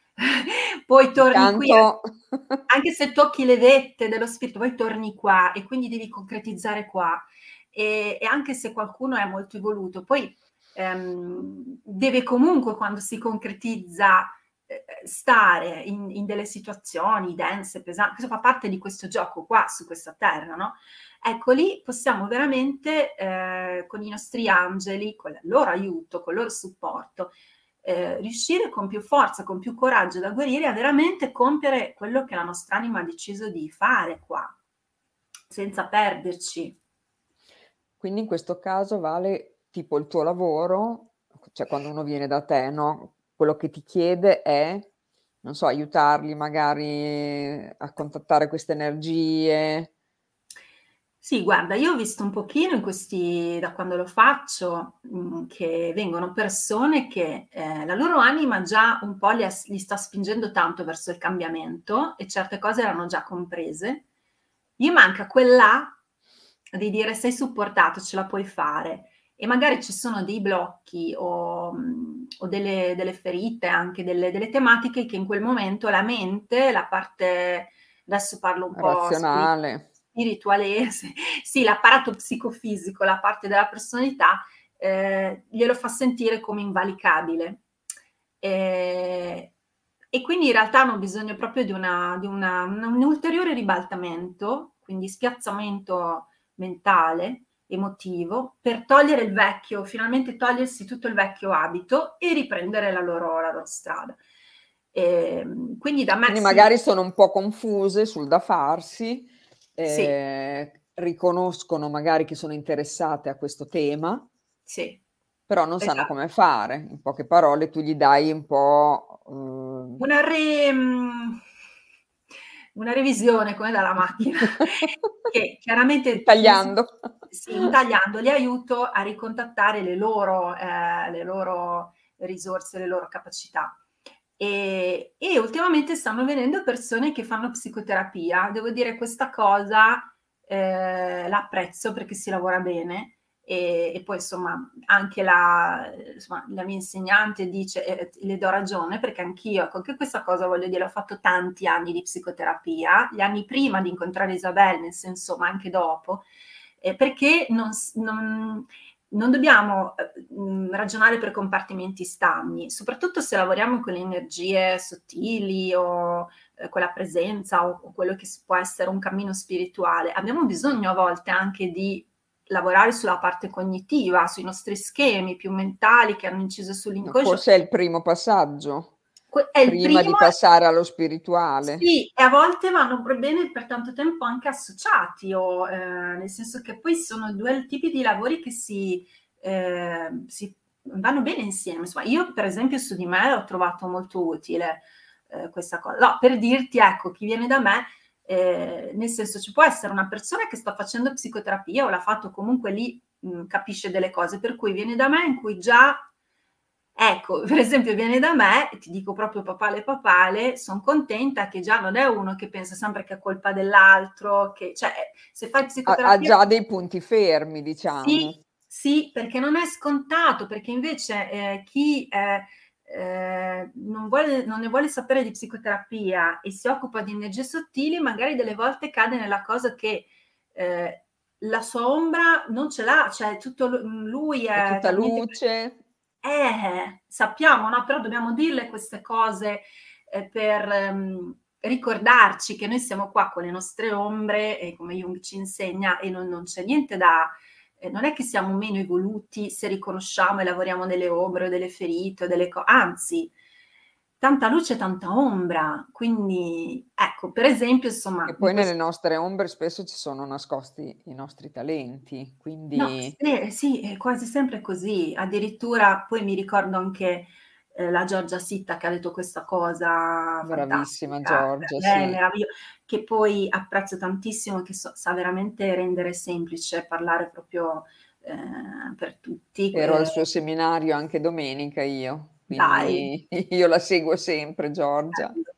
poi torni qui, Intanto anche se tocchi le vette dello spirito, poi torni qua e quindi devi concretizzare qua. E e anche se qualcuno è molto evoluto, poi ehm, deve comunque quando si concretizza, ehm, stare in in delle situazioni dense, pesan questo fa parte di questo gioco qua, su questa terra, no, ecco lì possiamo veramente, ehm, con i nostri angeli, con il loro aiuto, col loro supporto, ehm, riuscire con più forza, con più coraggio da guerrieri a veramente compiere quello che la nostra anima ha deciso di fare qua, senza perderci. quindi in questo caso vale tipo il tuo lavoro, cioè quando uno viene da te, no, quello che ti chiede è, non so, aiutarli magari a contattare queste energie. Sì, guarda, io ho visto un pochino in questi da quando lo faccio, mhmm, che vengono persone che, ehm, la loro anima già un po' li ha s li sta spingendo tanto verso il cambiamento e certe cose erano già comprese. Gli manca quel là di dire: "Sei supportato, ce la puoi fare." E magari ci sono dei blocchi o mhmm, o delle delle ferite, anche delle delle tematiche che in quel momento la mente, la parte adesso parlo un po' spiri Razionale. spiritualese, sì, l'apparato psicofisico, la parte della personalità, ehm, glielo fa sentire come invalicabile. Ehm, e quindi in realtà hanno bisogno proprio di una di una un un ulteriore ribaltamento, quindi spiazzamento mentale, emotivo, per togliere il vecchio, finalmente togliersi tutto il vecchio abito e riprendere la loro, la loro strada. Ehm, quindi da me Quindi sì, magari sono un po' confuse sul da farsi, sì, ehm, riconoscono magari che sono interessate a questo tema, sì, però non sanno esatto. come fare. In poche parole tu gli dai un po', uhm Una re mhmm, una revisione come dalla macchina che chiaramente nel sen tagliando. sì, intagliando li aiuto a ricontattare le loro ehm, le loro risorse, le loro capacità. E e ultimamente stanno venendo persone che fanno psicoterapia. Devo dire questa cosa, ehm, la apprezzo perché si lavora bene e e poi insomma anche la ehm, insomma la mia insegnante dice e e le do ragione perché anch'io ecco, anche questa cosa voglio dire, ho fatto tanti anni di psicoterapia, gli anni prima di incontrare Isabel, nel senso ma anche dopo, ehm, perché non s non non dobbiamo, uhm, mhmm, ragionare per compartimenti stagni, soprattutto se lavoriamo con le energie sottili o, ehm, con la presenza o o quello che s può essere un cammino spirituale. Abbiamo bisogno a volte anche di lavorare sulla parte cognitiva, sui nostri schemi più mentali che hanno inciso No, sull'inconscio. forse è il primo passaggio, Que è il prima di primo. passare allo spirituale. Sì, e a volte vanno per bene per tanto tempo anche associati o ehm, nel senso che poi sono due tipi di lavori che si ehm, si vanno bene insieme. Insomma, io per esempio su di me ho trovato molto utile, ehm, questa co no, per dirti ecco, chi viene da me, ehm, nel senso ci può essere una persona che sta facendo psicoterapia o l'ha fatto comunque lì, mhmm, capisce delle cose, per cui viene da me in cui già ecco, per esempio viene da me, e ti dico proprio papale papale, son contenta che già non è uno che pensa sempre che è colpa dell'altro, che cioè, ehm, se fai Ha ha psicoterapia già dei punti fermi, sì, diciamo. sì, perché non è scontato, perché invece, ehm, chi, ehm, ehm, non vuole non ne vuole sapere di psicoterapia e si occupa di energie sottili, magari delle volte cade nella cosa che, ehm, la sua ombra non ce l'ha, cioè tutto lu mhmm, lui È è tutta talmente pre luce. eh, sappiamo, no, però dobbiamo dirle queste cose, ehm, per, mhmm, ricordarci che noi siamo qua con le nostre ombre e come Jung ci insegna e non non c'è niente da ehm, non è che siamo meno evoluti se riconosciamo e lavoriamo nelle ombre o delle ferite o delle co anzi, tanta luce, tanta ombra. Quindi ecco, per esempio, insomma, E in poi nelle ques nostre ombre spesso ci sono nascosti i nostri talenti, no, quindi sì, sì, è quasi sempre così. Addirittura poi mi ricordo anche, ehm, la Giorgia Sitta che ha detto questa cosa bravissima fantastica, per Giorgia, me è sì. meraviglio che poi apprezzo tantissimo, che so sa veramente rendere semplice, parlare proprio, ehm, per tutti, Ero ehm al suo seminario anche domenica io, dai, quindi io la seguo sempre Giorgia. bello.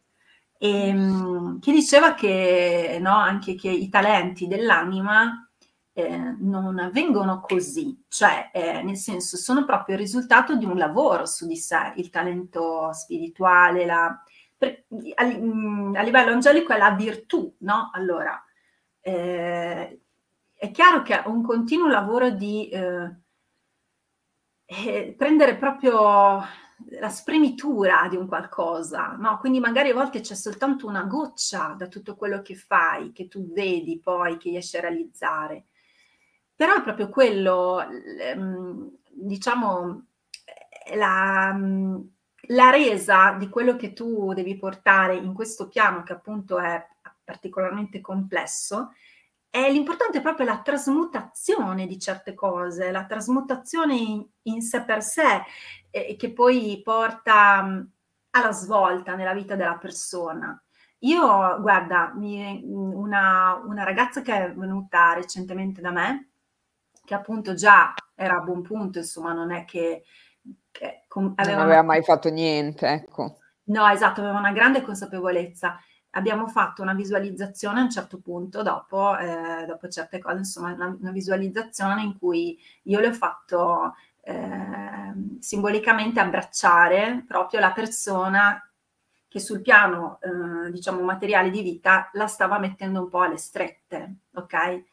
Ehm, che diceva che, no, anche che i talenti dell'anima, ehm, non vengono così, cioè, ehm, nel senso, sono proprio il risultato di un lavoro su di sé, il talento spirituale, la per i a li mhmm, a livello angelico è la virtù, no, allora, ehm, è chiaro che è un continuo lavoro di, uhm eh, prendere proprio la spremitura di un qualcosa, no, quindi magari a volte c'è soltanto una goccia da tutto quello che fai, che tu vedi poi, che riesci a realizzare. Però è proprio quello, l mhmm, diciamo, ehm, la mhmm, la resa di quello che tu devi portare in questo piano che appunto è particolarmente complesso, e l'importante è proprio la trasmutazione di certe cose, la trasmutazione in in sé per sé, e che poi porta, mhmm, alla svolta nella vita della persona. Io guarda, mi mhmm, una una ragazza che è venuta recentemente da me, che appunto già era a buon punto, insomma, non è che che com Non aveva una aveva mai fatto niente, ecco. no, esatto, aveva una grande consapevolezza. Abbiamo fatto una visualizzazione a un certo punto dopo ehm, dopo certe cose, insomma, una una visualizzazione in cui io le ho fatto, ehm, simbolicamente abbracciare proprio la persona che sul piano, uhm, diciamo materiale di vita la stava mettendo un po' alle strette, okay?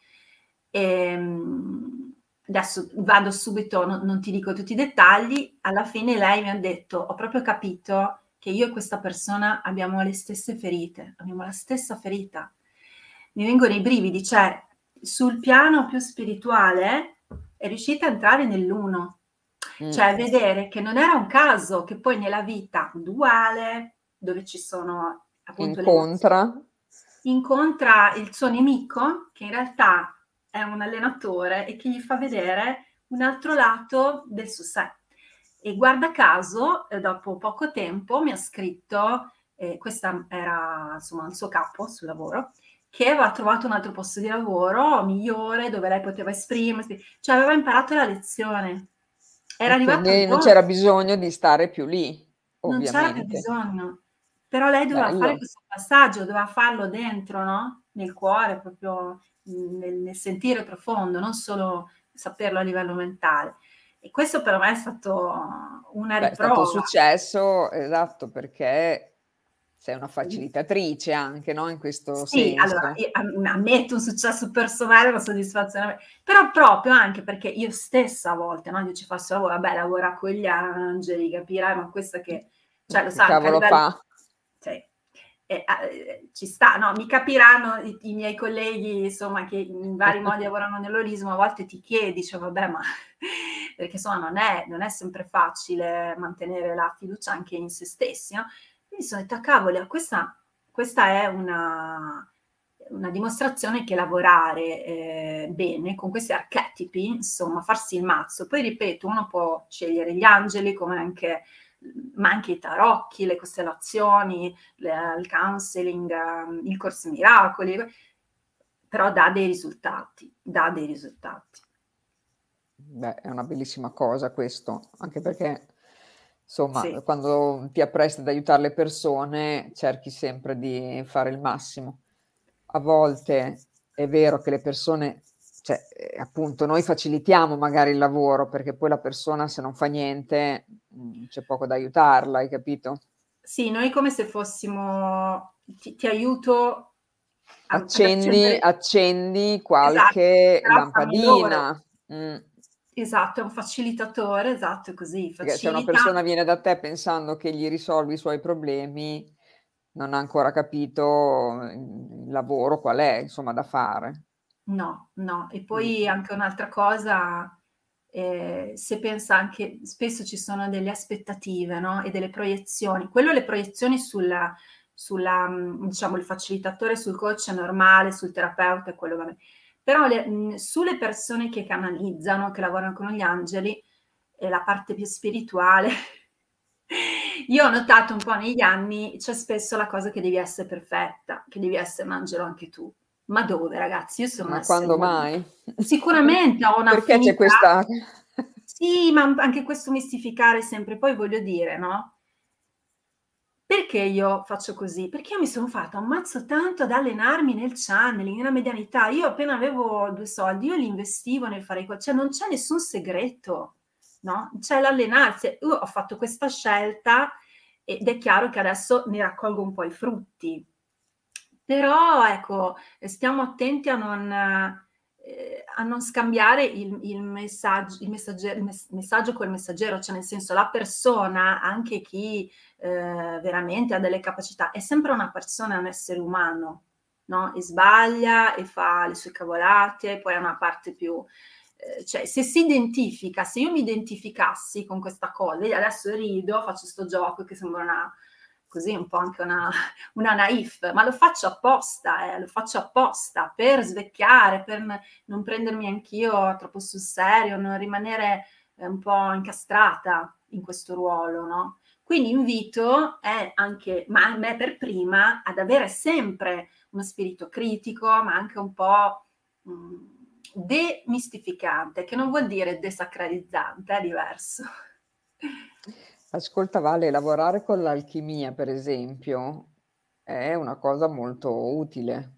Ehm, adesso vado subito, no non ti dico tutti i dettagli, alla fine lei mi ha detto: "Ho proprio capito che io e questa persona abbiamo le stesse ferite, abbiamo la stessa ferita." Mi vengono i brividi, cioè sul piano più spirituale è riuscita a entrare nell'uno, Mm. cioè vedere che non era un caso che poi nella vita duale, dove ci sono appunto le emozioni, Incontra. incontra il suo nemico, che in realtà è un allenatore e che gli fa vedere un altro lato del suo sé. E guarda caso, eh, dopo poco tempo mi ha scritto, eh, questa era insomma il suo capo sul lavoro, che aveva trovato un altro posto di lavoro migliore, dove lei poteva esprimersi, cioè aveva imparato la lezione. Era E arrivato quindi non lì, c'era bisogno di stare più lì, non c'era più ovviamente. bisogno, però lei doveva fare Bello. questo passaggio, doveva farlo dentro, no? Nel cuore, proprio mh, nel, nel sentire profondo, non solo saperlo a livello mentale. E questo per me è stato una Beh, è stato un riprova. successo, esatto, perché sei una facilitatrice anche, no? In questo Sì, allora, senso. io am ammetto un successo personale, una soddisfazione, però proprio anche perché io stessa a volte, no, io ci faccio lavoro, vabbè, lavora con gli angeli, capirai, ma questa che, cioè lo Che sa anche a cavolo livello, fa? cioè, eh, a ehm, ci sta, no, mi capiranno i i miei colleghi, insomma, che in vari modi lavorano nell'olismo, a volte ti chiedi, cioè vabbè, ma perché insomma non è non è sempre facile mantenere la fiducia anche in se stessi, no, quindi sono detta: "Cavoli, questa questa è una una dimostrazione che lavorare, ehm, bene con questi archetipi, insomma, farsi il mazzo". Poi ripeto, uno può scegliere gli angeli, come anche ma anche i tarocchi, le costellazioni, le il counseling, ehm, il corso miracoli, però dà dei risultati, dà dei risultati. Beh, è una bellissima cosa questo, anche perché, insomma, Sì. quando ti appresti ad aiutare le persone, cerchi sempre di fare il massimo. A volte è vero che le persone, cioè, eh, appunto, noi facilitiamo magari il lavoro, perché poi la persona se non fa niente, mh, c'è poco da aiutarla, hai capito? Sì, noi come se fossimo ti ti aiuto a ad Accendi, accendere, accendi esatto, qualche però fammi loro. lampadina. Mm. Esatto, è un facilitatore, esatto, è così, Perché se una facilita. persona viene da te pensando che gli risolvi i suoi problemi, non ha ancora capito, mhmm, il lavoro qual è, insomma, da fare. No, no. E Mh. poi anche un'altra cosa, ehm, se pensa anche spesso ci sono delle aspettative, no, e delle proiezioni. Quello le proiezioni sulla sulla mhmm, diciamo il facilitatore, sul coach è normale, sul terapeuta è quello va bene. Però le mhmm, sulle persone che canalizzano, che lavorano con gli angeli, e la parte più spirituale, io ho notato un po' negli anni, c'è spesso la cosa che devi essere perfetta, che devi essere un angelo anche tu. Ma dove ragazzi? Io sono un Ma essere quando umano. mai? Sicuramente ho Perché c'è un'affinità, questa sì, ma anche questo mistificare sempre. Poi voglio dire, no, perché io faccio così? Perché io mi sono fatta un mazzo tanto ad allenarmi nel channeling, nella medianità. Io appena avevo due soldi, io li investivo nel fare que cioè non c'è nessun segreto, no, c'è l'allenarsi. Io ho fatto questa scelta ed è chiaro che adesso ne raccolgo un po' i frutti. Però ecco, stiamo attenti a non ehm, a non scambiare il il messagg il messagge il mess messaggio col messaggero, cioè nel senso la persona, anche chi, ehm, veramente ha delle capacità, è sempre una persona, è un essere umano, no, e sbaglia e fa le sue cavolate, poi ha una parte più ehm, cioè se si identifica, se io mi identificassi con questa cosa, io adesso rido, faccio 'sto gioco che sembra una così un po' anche una una naif, ma lo faccio apposta, eh, lo faccio apposta per svecchiare, per n non prendermi anch'io troppo sul serio, non rimanere, ehm, un po' incastrata in questo ruolo, no, quindi invito, eh, anche ma me per prima, ad avere sempre uno spirito critico, ma anche un po', mhmm, demistificante, che non vuol dire desacralizzante, è diverso. ascolta Vale, lavorare con l'alchimia, per esempio, è una cosa molto utile.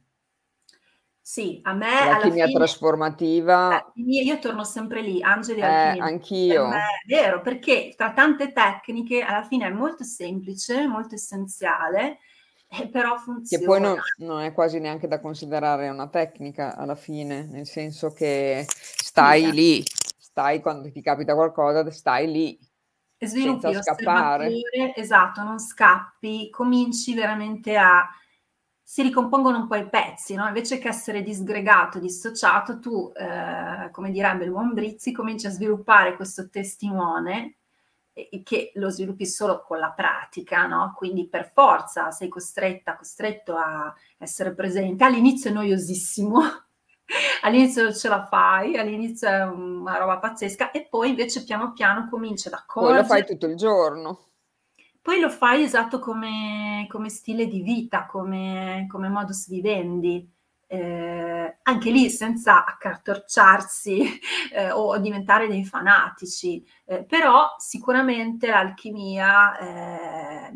Sì, a me alla L'alchimia fine trasformativa, l'alchimia, io torno sempre lì, angeli e eh, alchimia. Per me anch'io. è vero, perché tra tante tecniche alla fine è molto semplice, molto essenziale, eh, però Che poi funziona. non non è quasi neanche da considerare una tecnica alla fine, nel senso che Sì, stai eh, lì, stai quando ti capita qualcosa, stai lì, e senza sviluppi scappare. l'osservatore, esatto, non scappi, cominci veramente a si ricompongono un po' i pezzi, no, invece che essere disgregato, dissociato, tu, ehm, come direbbe il buon Brizzi, cominci a sviluppare questo testimone, e che lo sviluppi solo con la pratica, no, quindi per forza sei costretta, costretto a essere presente. All'inizio è noiosissimo, all'inizio non ce la fai, all'inizio è una roba pazzesca e poi invece piano piano cominci ad Poi lo fai accorger tutto il giorno. Poi lo fai esatto come come stile di vita, come come modus vivendi. Ehm, anche lì senza accartocciarsi, ehm, o diventare dei fanatici, ehm, però sicuramente l'alchimia, ehm,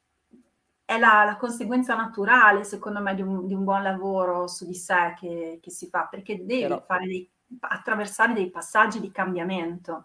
è la la conseguenza naturale secondo me di un di un buon lavoro su di sé che che si fa, perché devi Però fare dei attraversare dei passaggi di cambiamento.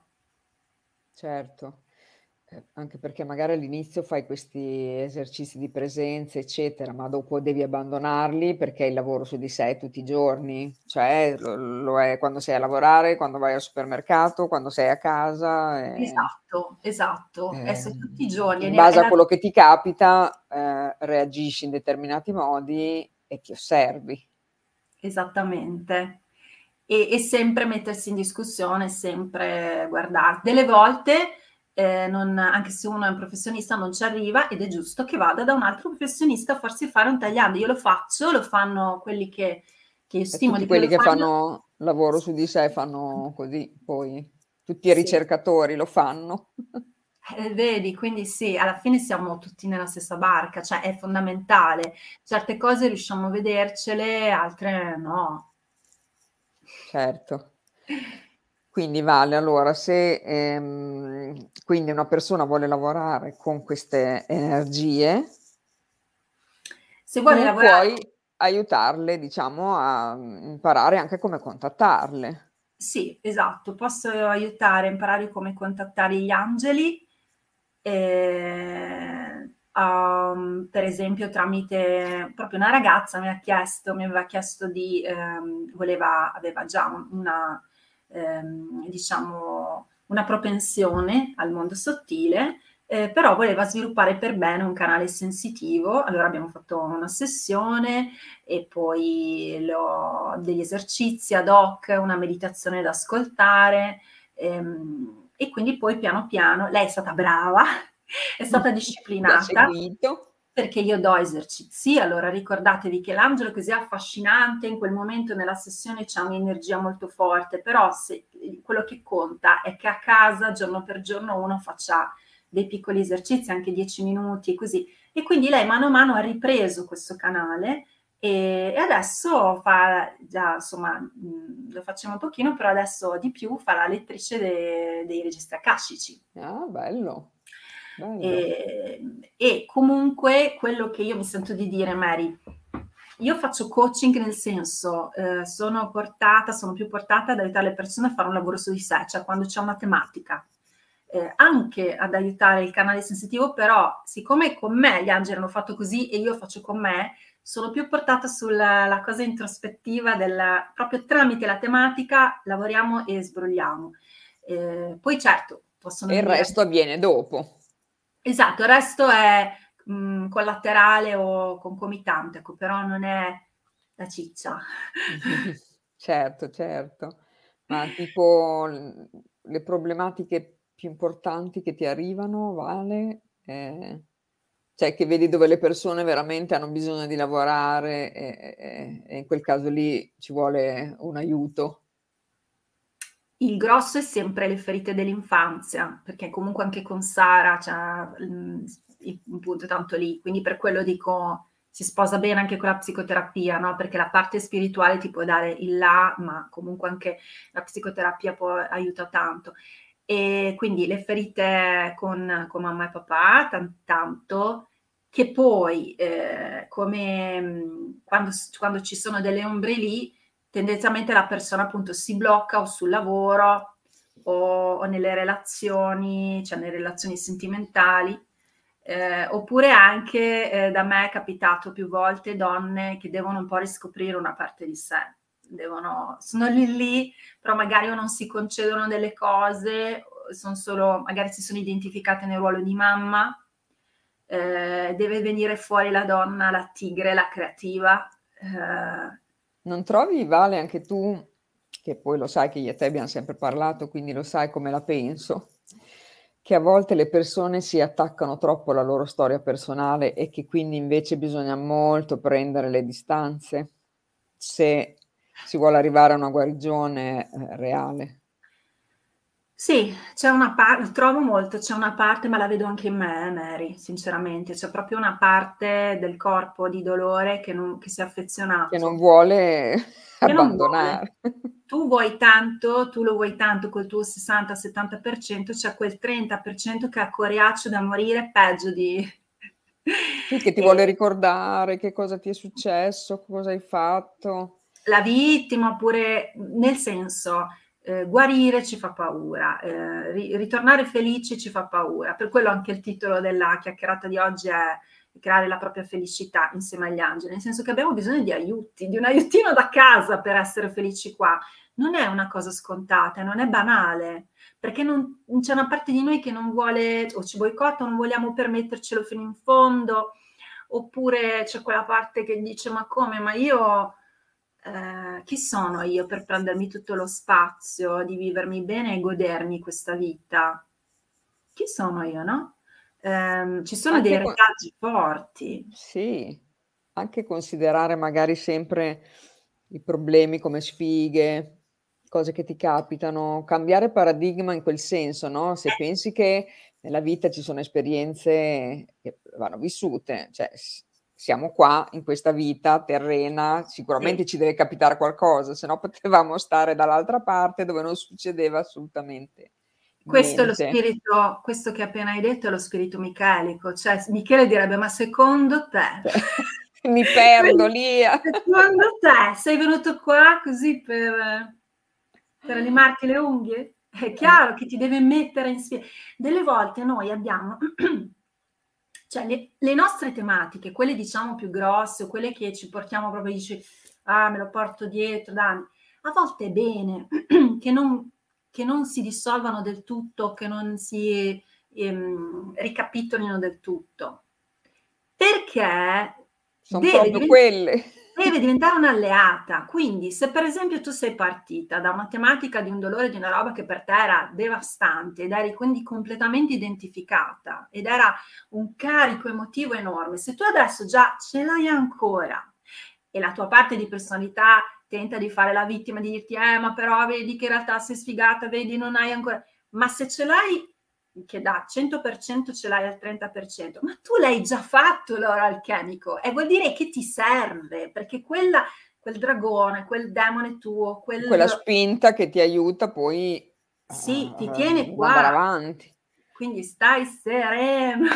certo, ehm, anche perché magari all'inizio fai questi esercizi di presenza, eccetera, ma dopo devi abbandonarli perché il lavoro su di sé è tutti i giorni, cioè lo lo è quando sei a lavorare, quando vai al supermercato, quando sei a casa, ehm, Esatto, esatto, è su tutti i ehm, giorni, è in ne è base a la quello che ti capita, ehm, reagisci in determinati modi e ti osservi. Esattamente. E e sempre mettersi in discussione, sempre guardar delle volte, ehm, non anche se uno è un professionista non ci arriva ed è giusto che vada da un altro professionista a farsi fare un tagliando. Io lo faccio, lo fanno quelli che che io E stimo tutti di più quelli lo che fanno fanno lavoro su di sé fanno così poi. Tutti i sì. ricercatori lo fanno. Eh, vedi, quindi sì, alla fine siamo tutti nella stessa barca, cioè è fondamentale. Certe cose riusciamo a vedercele, altre no. Certo. Quindi vale allora se, ehm, quindi una persona vuole lavorare con queste energie, Se vuole tu lavorare puoi aiutarle, diciamo, a, mhmm, imparare anche come contattarle. Sì, esatto. Posso aiutare a imparare come contattare gli angeli, ehm, uhm, per esempio tramite proprio una ragazza mi ha chiesto mi aveva chiesto di ehm, voleva aveva già un una ehm, diciamo una propensione al mondo sottile, ehm, però voleva sviluppare per bene un canale sensitivo. Allora abbiamo fatto una sessione e poi le ho degli esercizi ad hoc, una meditazione da ascoltare, ehm, e quindi poi piano piano lei è stata brava, è stata Ti ha disciplinata, seguito. perché io do esercizi. Allora ricordatevi che l'angelo così affascinante, in quel momento nella sessione c'è un'energia molto forte, però se quello che conta è che a casa giorno per giorno uno faccia dei piccoli esercizi, anche dieci minuti e così. E quindi lei mano a mano ha ripreso questo canale e e adesso fa già insomma, mhmm, lo faceva un pochino, però adesso di più fa la lettrice de dei registri akashici. Ah, bello, bello. Ehm, e comunque quello che io mi sento di dire, Mary, io faccio coaching nel senso, ehm, sono portata sono più portata ad aiutare le persone a fare un lavoro su di sé, cioè quando c'è una tematica, ehm, anche ad aiutare il canale sensitivo, però siccome con me gli angeli hanno fatto così e io faccio con me, sono più portata sulla la cosa introspettiva del proprio tramite la tematica lavoriamo e sbrogliamo. Ehm, poi certo, possono E il venire resto avviene dopo. esatto, il resto è, mhmm, collaterale o concomitante, ecco, però non è la ciccia. Certo, certo. Ma tipo l le problematiche più importanti che ti arrivano, Vale, ehm, cioè che vedi dove le persone veramente hanno bisogno di lavorare e e e in quel caso lì ci vuole un aiuto. Il grosso è sempre le ferite dell'infanzia, perché comunque anche con Sara c'ha, mhmm, s il un punto tanto lì, quindi per quello dico si sposa bene anche con la psicoterapia, no, perché la parte spirituale ti può dare il là, ma comunque anche la psicoterapia può aiuta tanto. E quindi le ferite con con mamma e papà, tan tanto, che poi, ehm, come, mhmm, quando s quando ci sono delle ombre lì, tendenzialmente la persona appunto si blocca o sul lavoro o o nelle relazioni, cioè nelle relazioni sentimentali, ehm, oppure anche, ehm, da me è capitato più volte donne che devono un po' riscoprire una parte di sé. Devono sono lì lì, però magari o non si concedono delle cose, o son solo magari si sono identificate nel ruolo di mamma, eh, deve venire fuori la donna, la tigre, la creativa. Eh, Non trovi, Vale, anche tu, che poi lo sai che io e te abbiamo sempre parlato, quindi lo sai come la penso, che a volte le persone si attaccano troppo alla loro storia personale e che quindi invece bisogna molto prendere le distanze se si vuole arrivare a una guarigione eh, reale. Sì, c'è una par trovo molto, c'è una parte, ma la vedo anche in me, eh, Mary, sinceramente, c'è proprio una parte del corpo di dolore che non che si è Che non affezionato, vuole che non vuole. abbandonare. Tu vuoi tanto, tu lo vuoi tanto col tuo sessanta settanta per cento, c'è quel trenta per cento che ha coriaccio da morire, peggio di Sì, che ti vuole ehm ricordare che cosa ti è successo, cosa hai fatto. La vittima, oppure nel senso, ehm, guarire ci fa paura, ehm, ri ritornare felici ci fa paura. Per quello anche il titolo della chiacchierata di oggi è creare la propria felicità insieme agli angeli, nel senso che abbiamo bisogno di aiuti, di un aiutino da casa per essere felici qua. Non è una cosa scontata, non è banale, perché non c'è una parte di noi che non vuole o ci boicotta, non vogliamo permettercelo fino in fondo, oppure c'è quella parte che dice: "Ma come? Ma io Ehm, chi sono io per prendermi tutto lo spazio di vivermi bene e godermi questa vita? Chi sono io, no?" Ehm, ci sono dei Anche co retaggi forti. Sì, anche considerare magari sempre i problemi come sfighe, cose che ti capitano, cambiare paradigma in quel senso, no, se pensi che nella vita ci sono esperienze che vanno vissute, cioè s siamo qua in questa vita terrena, Sì, sicuramente ci deve capitare qualcosa, se no potevamo stare dall'altra parte dove non succedeva assolutamente questo è lo niente. spirito questo che appena hai detto è lo spirito michelico, cioè s Michele direbbe: "Ma secondo te, Cioè, mi perdo quindi lì a secondo te sei venuto qua così per per limarti le unghie?" È eh. chiaro che ti deve mettere in sfida. Delle volte noi abbiamo cioè le le nostre tematiche, quelle diciamo più grosse, o quelle che ci portiamo proprio dici: "Ah, me lo porto dietro da anni", a volte è bene che non che non si dissolvano del tutto, che non si, ehm, ricapitolino del tutto, perché Son deve proprio diven quelle. deve diventare un'alleata. Quindi se per esempio tu sei partita da una tematica di un dolore, di una roba che per te era devastante ed eri quindi completamente identificata ed era un carico emotivo enorme, se tu adesso già ce l'hai ancora e la tua parte di personalità tenta di fare la vittima, di dirti: "Eh, ma però vedi che in realtà sei sfigata, vedi non hai ancora", ma se ce l'hai che da cento per cento ce l'hai al trenta per cento, ma tu l'hai già fatto l'oro alchemico e vuol dire che ti serve, perché quella quel dragone, quel demone tuo, Quella quel spinta che ti aiuta poi sì, a ti a tiene ad andare qua, avanti. quindi stai sereno.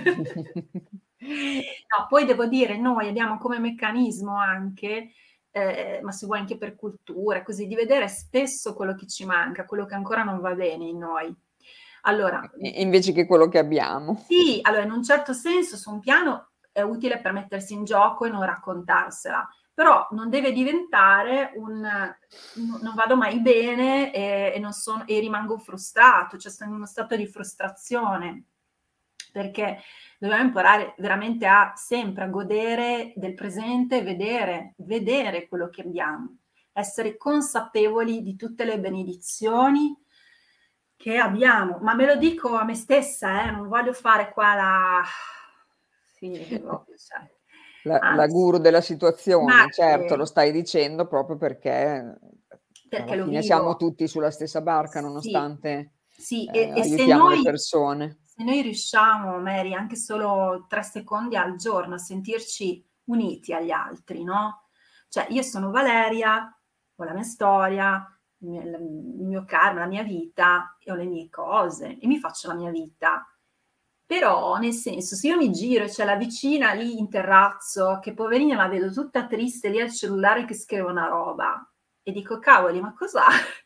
No, poi devo dire, noi abbiamo come meccanismo anche, ehm, ma se vuoi anche per cultura, così, di vedere spesso quello che ci manca, quello che ancora non va bene in noi. Allora, mhmm I invece che quello che abbiamo. sì, allora in un certo senso su un piano è utile per mettersi in gioco e non raccontarsela, però non deve diventare un no non vado mai bene e e non son e rimango frustrato, cioè sto in uno stato di frustrazione, perché dobbiamo imparare veramente a sempre a godere del presente e vedere vedere quello che abbiamo, essere consapevoli di tutte le benedizioni che abbiamo, ma me lo dico a me stessa, eh, non voglio fare qua la sì, devo cioè, La la anzi, guru della ma, situazione, certo, lo ehm, stai dicendo proprio perché alla perché lo fine siamo vivo. tutti sulla stessa barca Sì, nonostante, sì, e ehm, e se aiutiamo le noi persone. se noi riusciamo, Mary, anche solo tre secondi al giorno a sentirci uniti agli altri, no, cioè io sono Valeria, ho la mia storia, il mio il il mio karma, la mia vita e ho le mie cose e mi faccio la mia vita. Però, nel senso, se io mi giro e c'è la vicina lì in terrazzo, che poverina la vedo tutta triste lì al cellulare che scrive una roba e dico: "Cavoli, ma cos'ha?"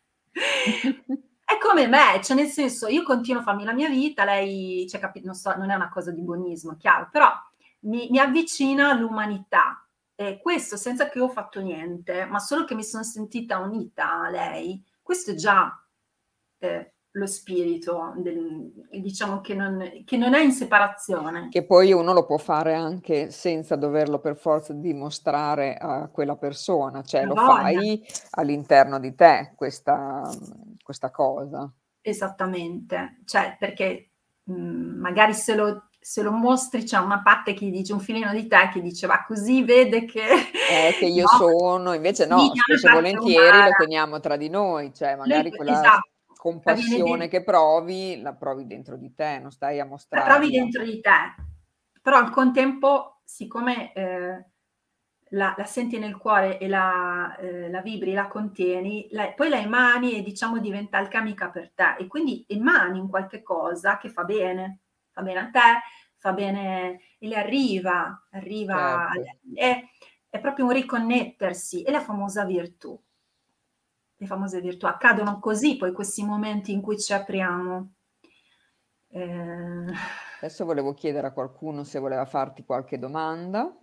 È come me, cioè nel senso, io continuo a farmi la mia vita, lei cioè capi non so, non è una cosa di buonismo, chiaro, però mi mi avvicina all'umanità. E questo senza che io ho fatto niente, ma solo che mi son sentita unita a lei, questo è già, ehm, lo spirito, del, diciamo che non, che non è in separazione. Che poi uno lo può fare anche senza doverlo per forza dimostrare a quella persona, cioè Ha lo voglia. fai all'interno di te questa, questa cosa. Esattamente, cioè perché mh, magari se lo, se lo mostri c'è una parte che dice, un filino di te che dice va così, vede che Eh, che io no, sono, invece sì, no, che è spesso e una parte volentieri lo umana. teniamo tra di noi, cioè Lui, magari quella s- esatto, la viene compassione dentro. che provi, la provi dentro di te, non stai a La trovi mostrarla. dentro di te, però al contempo, siccome eh, la, la senti nel cuore e la, eh, la vibri, la contieni, la- poi la emani e diciamo diventa alchemica per te e quindi emani un qualche cosa che fa bene, fa bene a te, fa bene e le arriva, arriva, Certo. è, è proprio un riconnettersi, è la famosa virtù. Le famose virtù accadono così, poi questi momenti in cui ci apriamo. Eh, Adesso volevo chiedere a qualcuno se voleva farti qualche domanda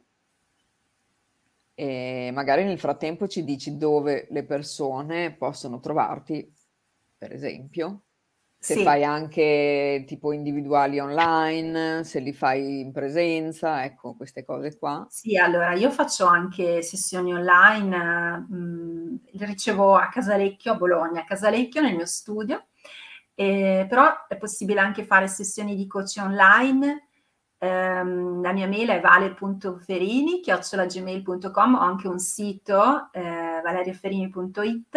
e magari nel frattempo ci dici dove le persone possono trovarti, per esempio. Se sì, fai anche tipo individuali online, se li fai in presenza, ecco, queste cose qua. sì, allora io faccio anche sessioni online, mh, le ricevo a Casalecchio, a Bologna, a Casalecchio nel mio studio, eh, però è possibile anche fare sessioni di coaching online. Ehm, la mia mail è vale punto ferini chiocciola gmail punto com, ho anche un sito, eh, valeriaferini punto it,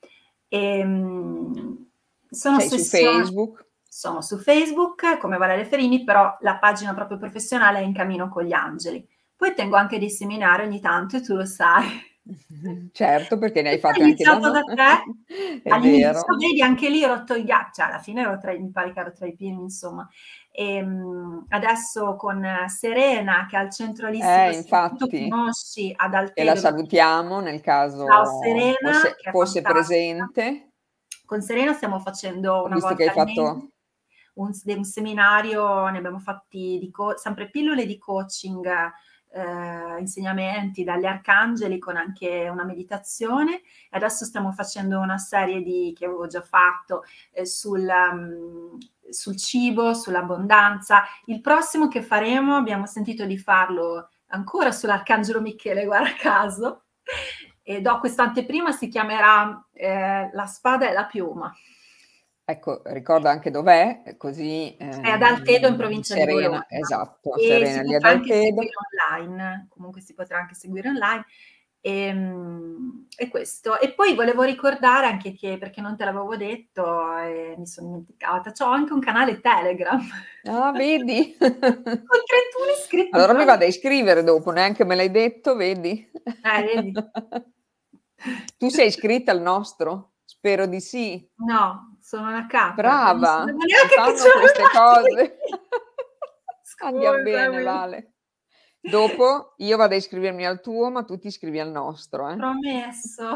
e, mh, sono Sei su sessioni, Facebook? sono su Facebook come Valeria Ferini, però la pagina proprio professionale è In Cammino con gli Angeli. Poi tengo anche dei seminari ogni tanto e tu lo sai. Certo, perché ne hai Tutto è fatte anche da iniziato noi. da te. È All'inizio, vero. vedi, anche lì ho rotto il ghiaccio, cioè alla fine ero tra, mi pare che ero tra i primi, insomma. E, mh, adesso con Serena, che è al centro Eh, olistico, se tu infatti, conosci, ad e la Altedo. salutiamo nel Ciao caso Serena, fosse, che è fosse fantastica. presente. Con Serena stiamo facendo Ho una visto che hai volta al fatto... mese un, un seminario, ne abbiamo fatti di co- sempre pillole di coaching, eh, insegnamenti dagli arcangeli con anche una meditazione. E adesso stiamo facendo una serie di, che avevo già fatto, eh, sul, um, sul cibo, sull'abbondanza. Il prossimo che faremo, abbiamo sentito di farlo ancora sull'Arcangelo Michele, guarda caso, e do questa anteprima, si chiamerà eh, La spada e la piuma. Ecco, ricorda anche dov'è, così È ad eh, Altedo in provincia di Serena, Bologna esatto, e si Serena lì ad potrà anche Altedo. seguire online, comunque si potrà anche seguire online. E, e questo. E poi volevo ricordare anche che, perché non te l'avevo detto e mi sono dimenticata, c'ho anche un canale Telegram Ah, vedi? con trentuno iscritti, Allora però mi vado a iscrivere dopo, neanche me l'hai detto, vedi? eh, vedi? Tu sei iscritta al nostro? Spero di sì. No, sono una capra, non sapevo Brava, si neanche che fanno c'era queste cose. online. Andiam bene, Scusami. Vale. Dopo io vado a iscrivermi al tuo, ma tu ti iscrivi al nostro, eh. Promesso.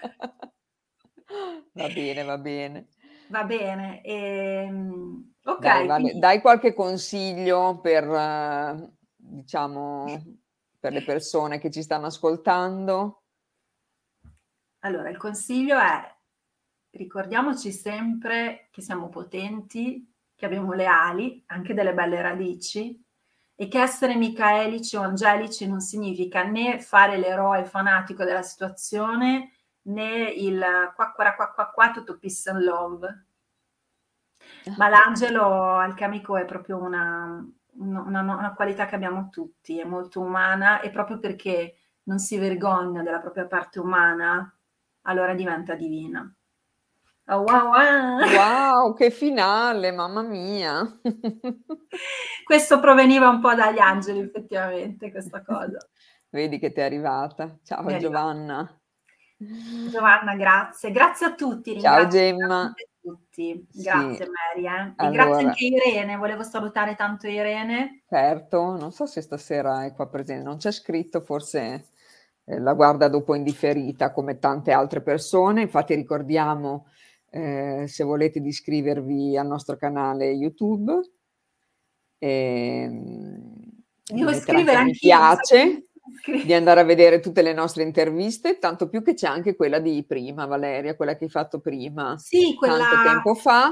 Va bene, va bene. Va bene, ehm, Dai, okay, Vale, quindi dai qualche consiglio per, eh, diciamo, per le persone che ci stanno ascoltando? allora il consiglio è: ricordiamoci sempre che siamo potenti, che abbiamo le ali, anche delle belle radici, e che essere micaelici o angelici non significa né fare l'eroe fanatico della situazione, né il qua qua qua qua qua tutto peace and love. Ma l'angelo alchemico è proprio una, una, una qualità che abbiamo tutti, è molto umana e proprio perché non si vergogna della propria parte umana, allora diventa divina. Oh, wow, wow. Wow, che finale, mamma mia. Questo proveniva un po' dagli angeli, effettivamente, questa cosa. Vedi che ti è arrivata. Mi è Ciao arrivata. Giovanna. Giovanna, grazie. Grazie a tutti, Ciao ringrazio Gemma. veramente tutti. Sì, Grazie Mary, eh. E grazie allora, anche a Irene, volevo salutare tanto Irene. certo, non so se stasera è qua presente, non c'è scritto, forse eh, la guarda dopo in differita come tante altre persone. Infatti ricordiamo, eh, se volete, di iscrivervi al nostro canale YouTube e, di Devo mettere scrivere anche mi anch'io, mi sa che mi piace, devo di iscrivere. andare a vedere tutte le nostre interviste, tanto più che c'è anche quella di prima, Valeria, quella che hai fatto prima, Sì, tanto quella tempo fa,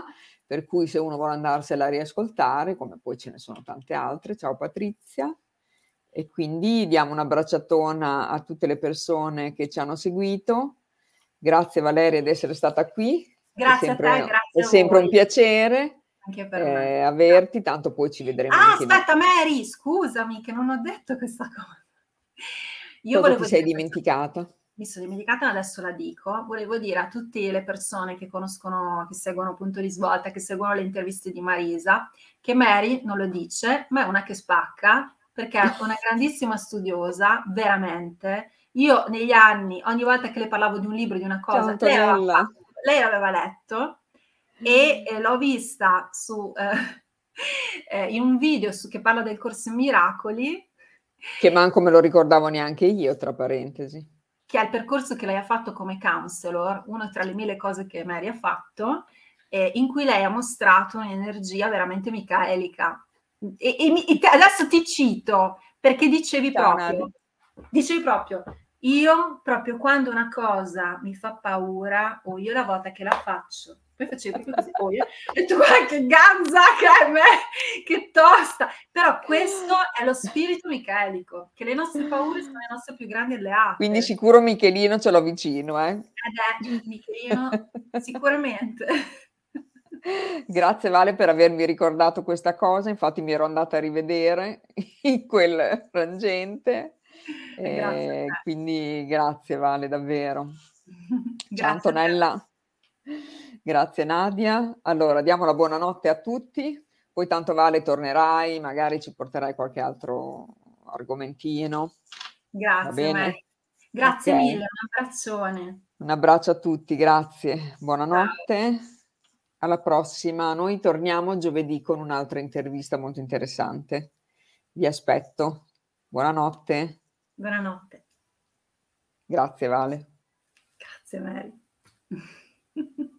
per cui se uno vuole andarsela a riascoltare, come poi ce ne sono tante altre. Ciao Patrizia. E quindi diamo una bracciatona a tutte le persone che ci hanno seguito. Grazie Valeria di essere stata qui, è Grazie a te, sempre, è grazie a sempre un voi. piacere Anche per me. eh, averti, tanto poi ci vedremo Ah, anche noi. aspetta Mary, scusami che non ho detto questa cosa. Io Cosa ti volevo sei dire questa dimenticata? mi sono dimenticata, adesso la dico. Volevo dire a tutte le persone che conoscono, che seguono Punto di Svolta, che seguono le interviste di Marisa, che Mary non lo dice, ma è una che spacca, perché è una grandissima studiosa, veramente. Io negli anni, ogni volta che le parlavo di un libro, di una Ciao cosa, lei aveva Antonella. fatto, lei l'aveva letto e eh, l'ho vista su, eh, eh, in un video su, che parla del Corso in Miracoli. Che manco me lo ricordavo neanche io, tra parentesi. Che è il percorso che lei ha fatto come counselor, una tra le mille cose che Mary ha fatto, eh, in cui lei ha mostrato un'energia veramente micaelica. E, e, mi, e te, adesso ti cito, perché dicevi Ciao proprio, Nadia. dicevi proprio, io proprio quando una cosa mi fa paura, o io la volta che la faccio, poi facevi proprio così, oh, io, ho detto guarda che ganza che è me, che tosta, però questo è lo spirito michelico, che le nostre paure sono le nostre più grandi Quindi alleate. sicuro Michelino ce l'ho vicino, eh? Ed è Michelino, sicuramente. Grazie Vale per avermi ricordato questa cosa, infatti mi ero andata a rivedere in quel frangente, Grazie a eh, te. quindi grazie Vale davvero. Ciao Grazie a te. Antonella, grazie Nadia. Allora diamo la buonanotte a tutti, poi tanto Vale tornerai, magari ci porterai qualche altro argomentino, va Grazie Mary. bene? Grazie mille, Ok. un abbraccione. Un abbraccio a tutti, grazie. Ciao. Buonanotte. Alla prossima. Noi torniamo giovedì con un'altra intervista molto interessante. Vi aspetto. Buonanotte. Buonanotte. Grazie Vale. Grazie Mary.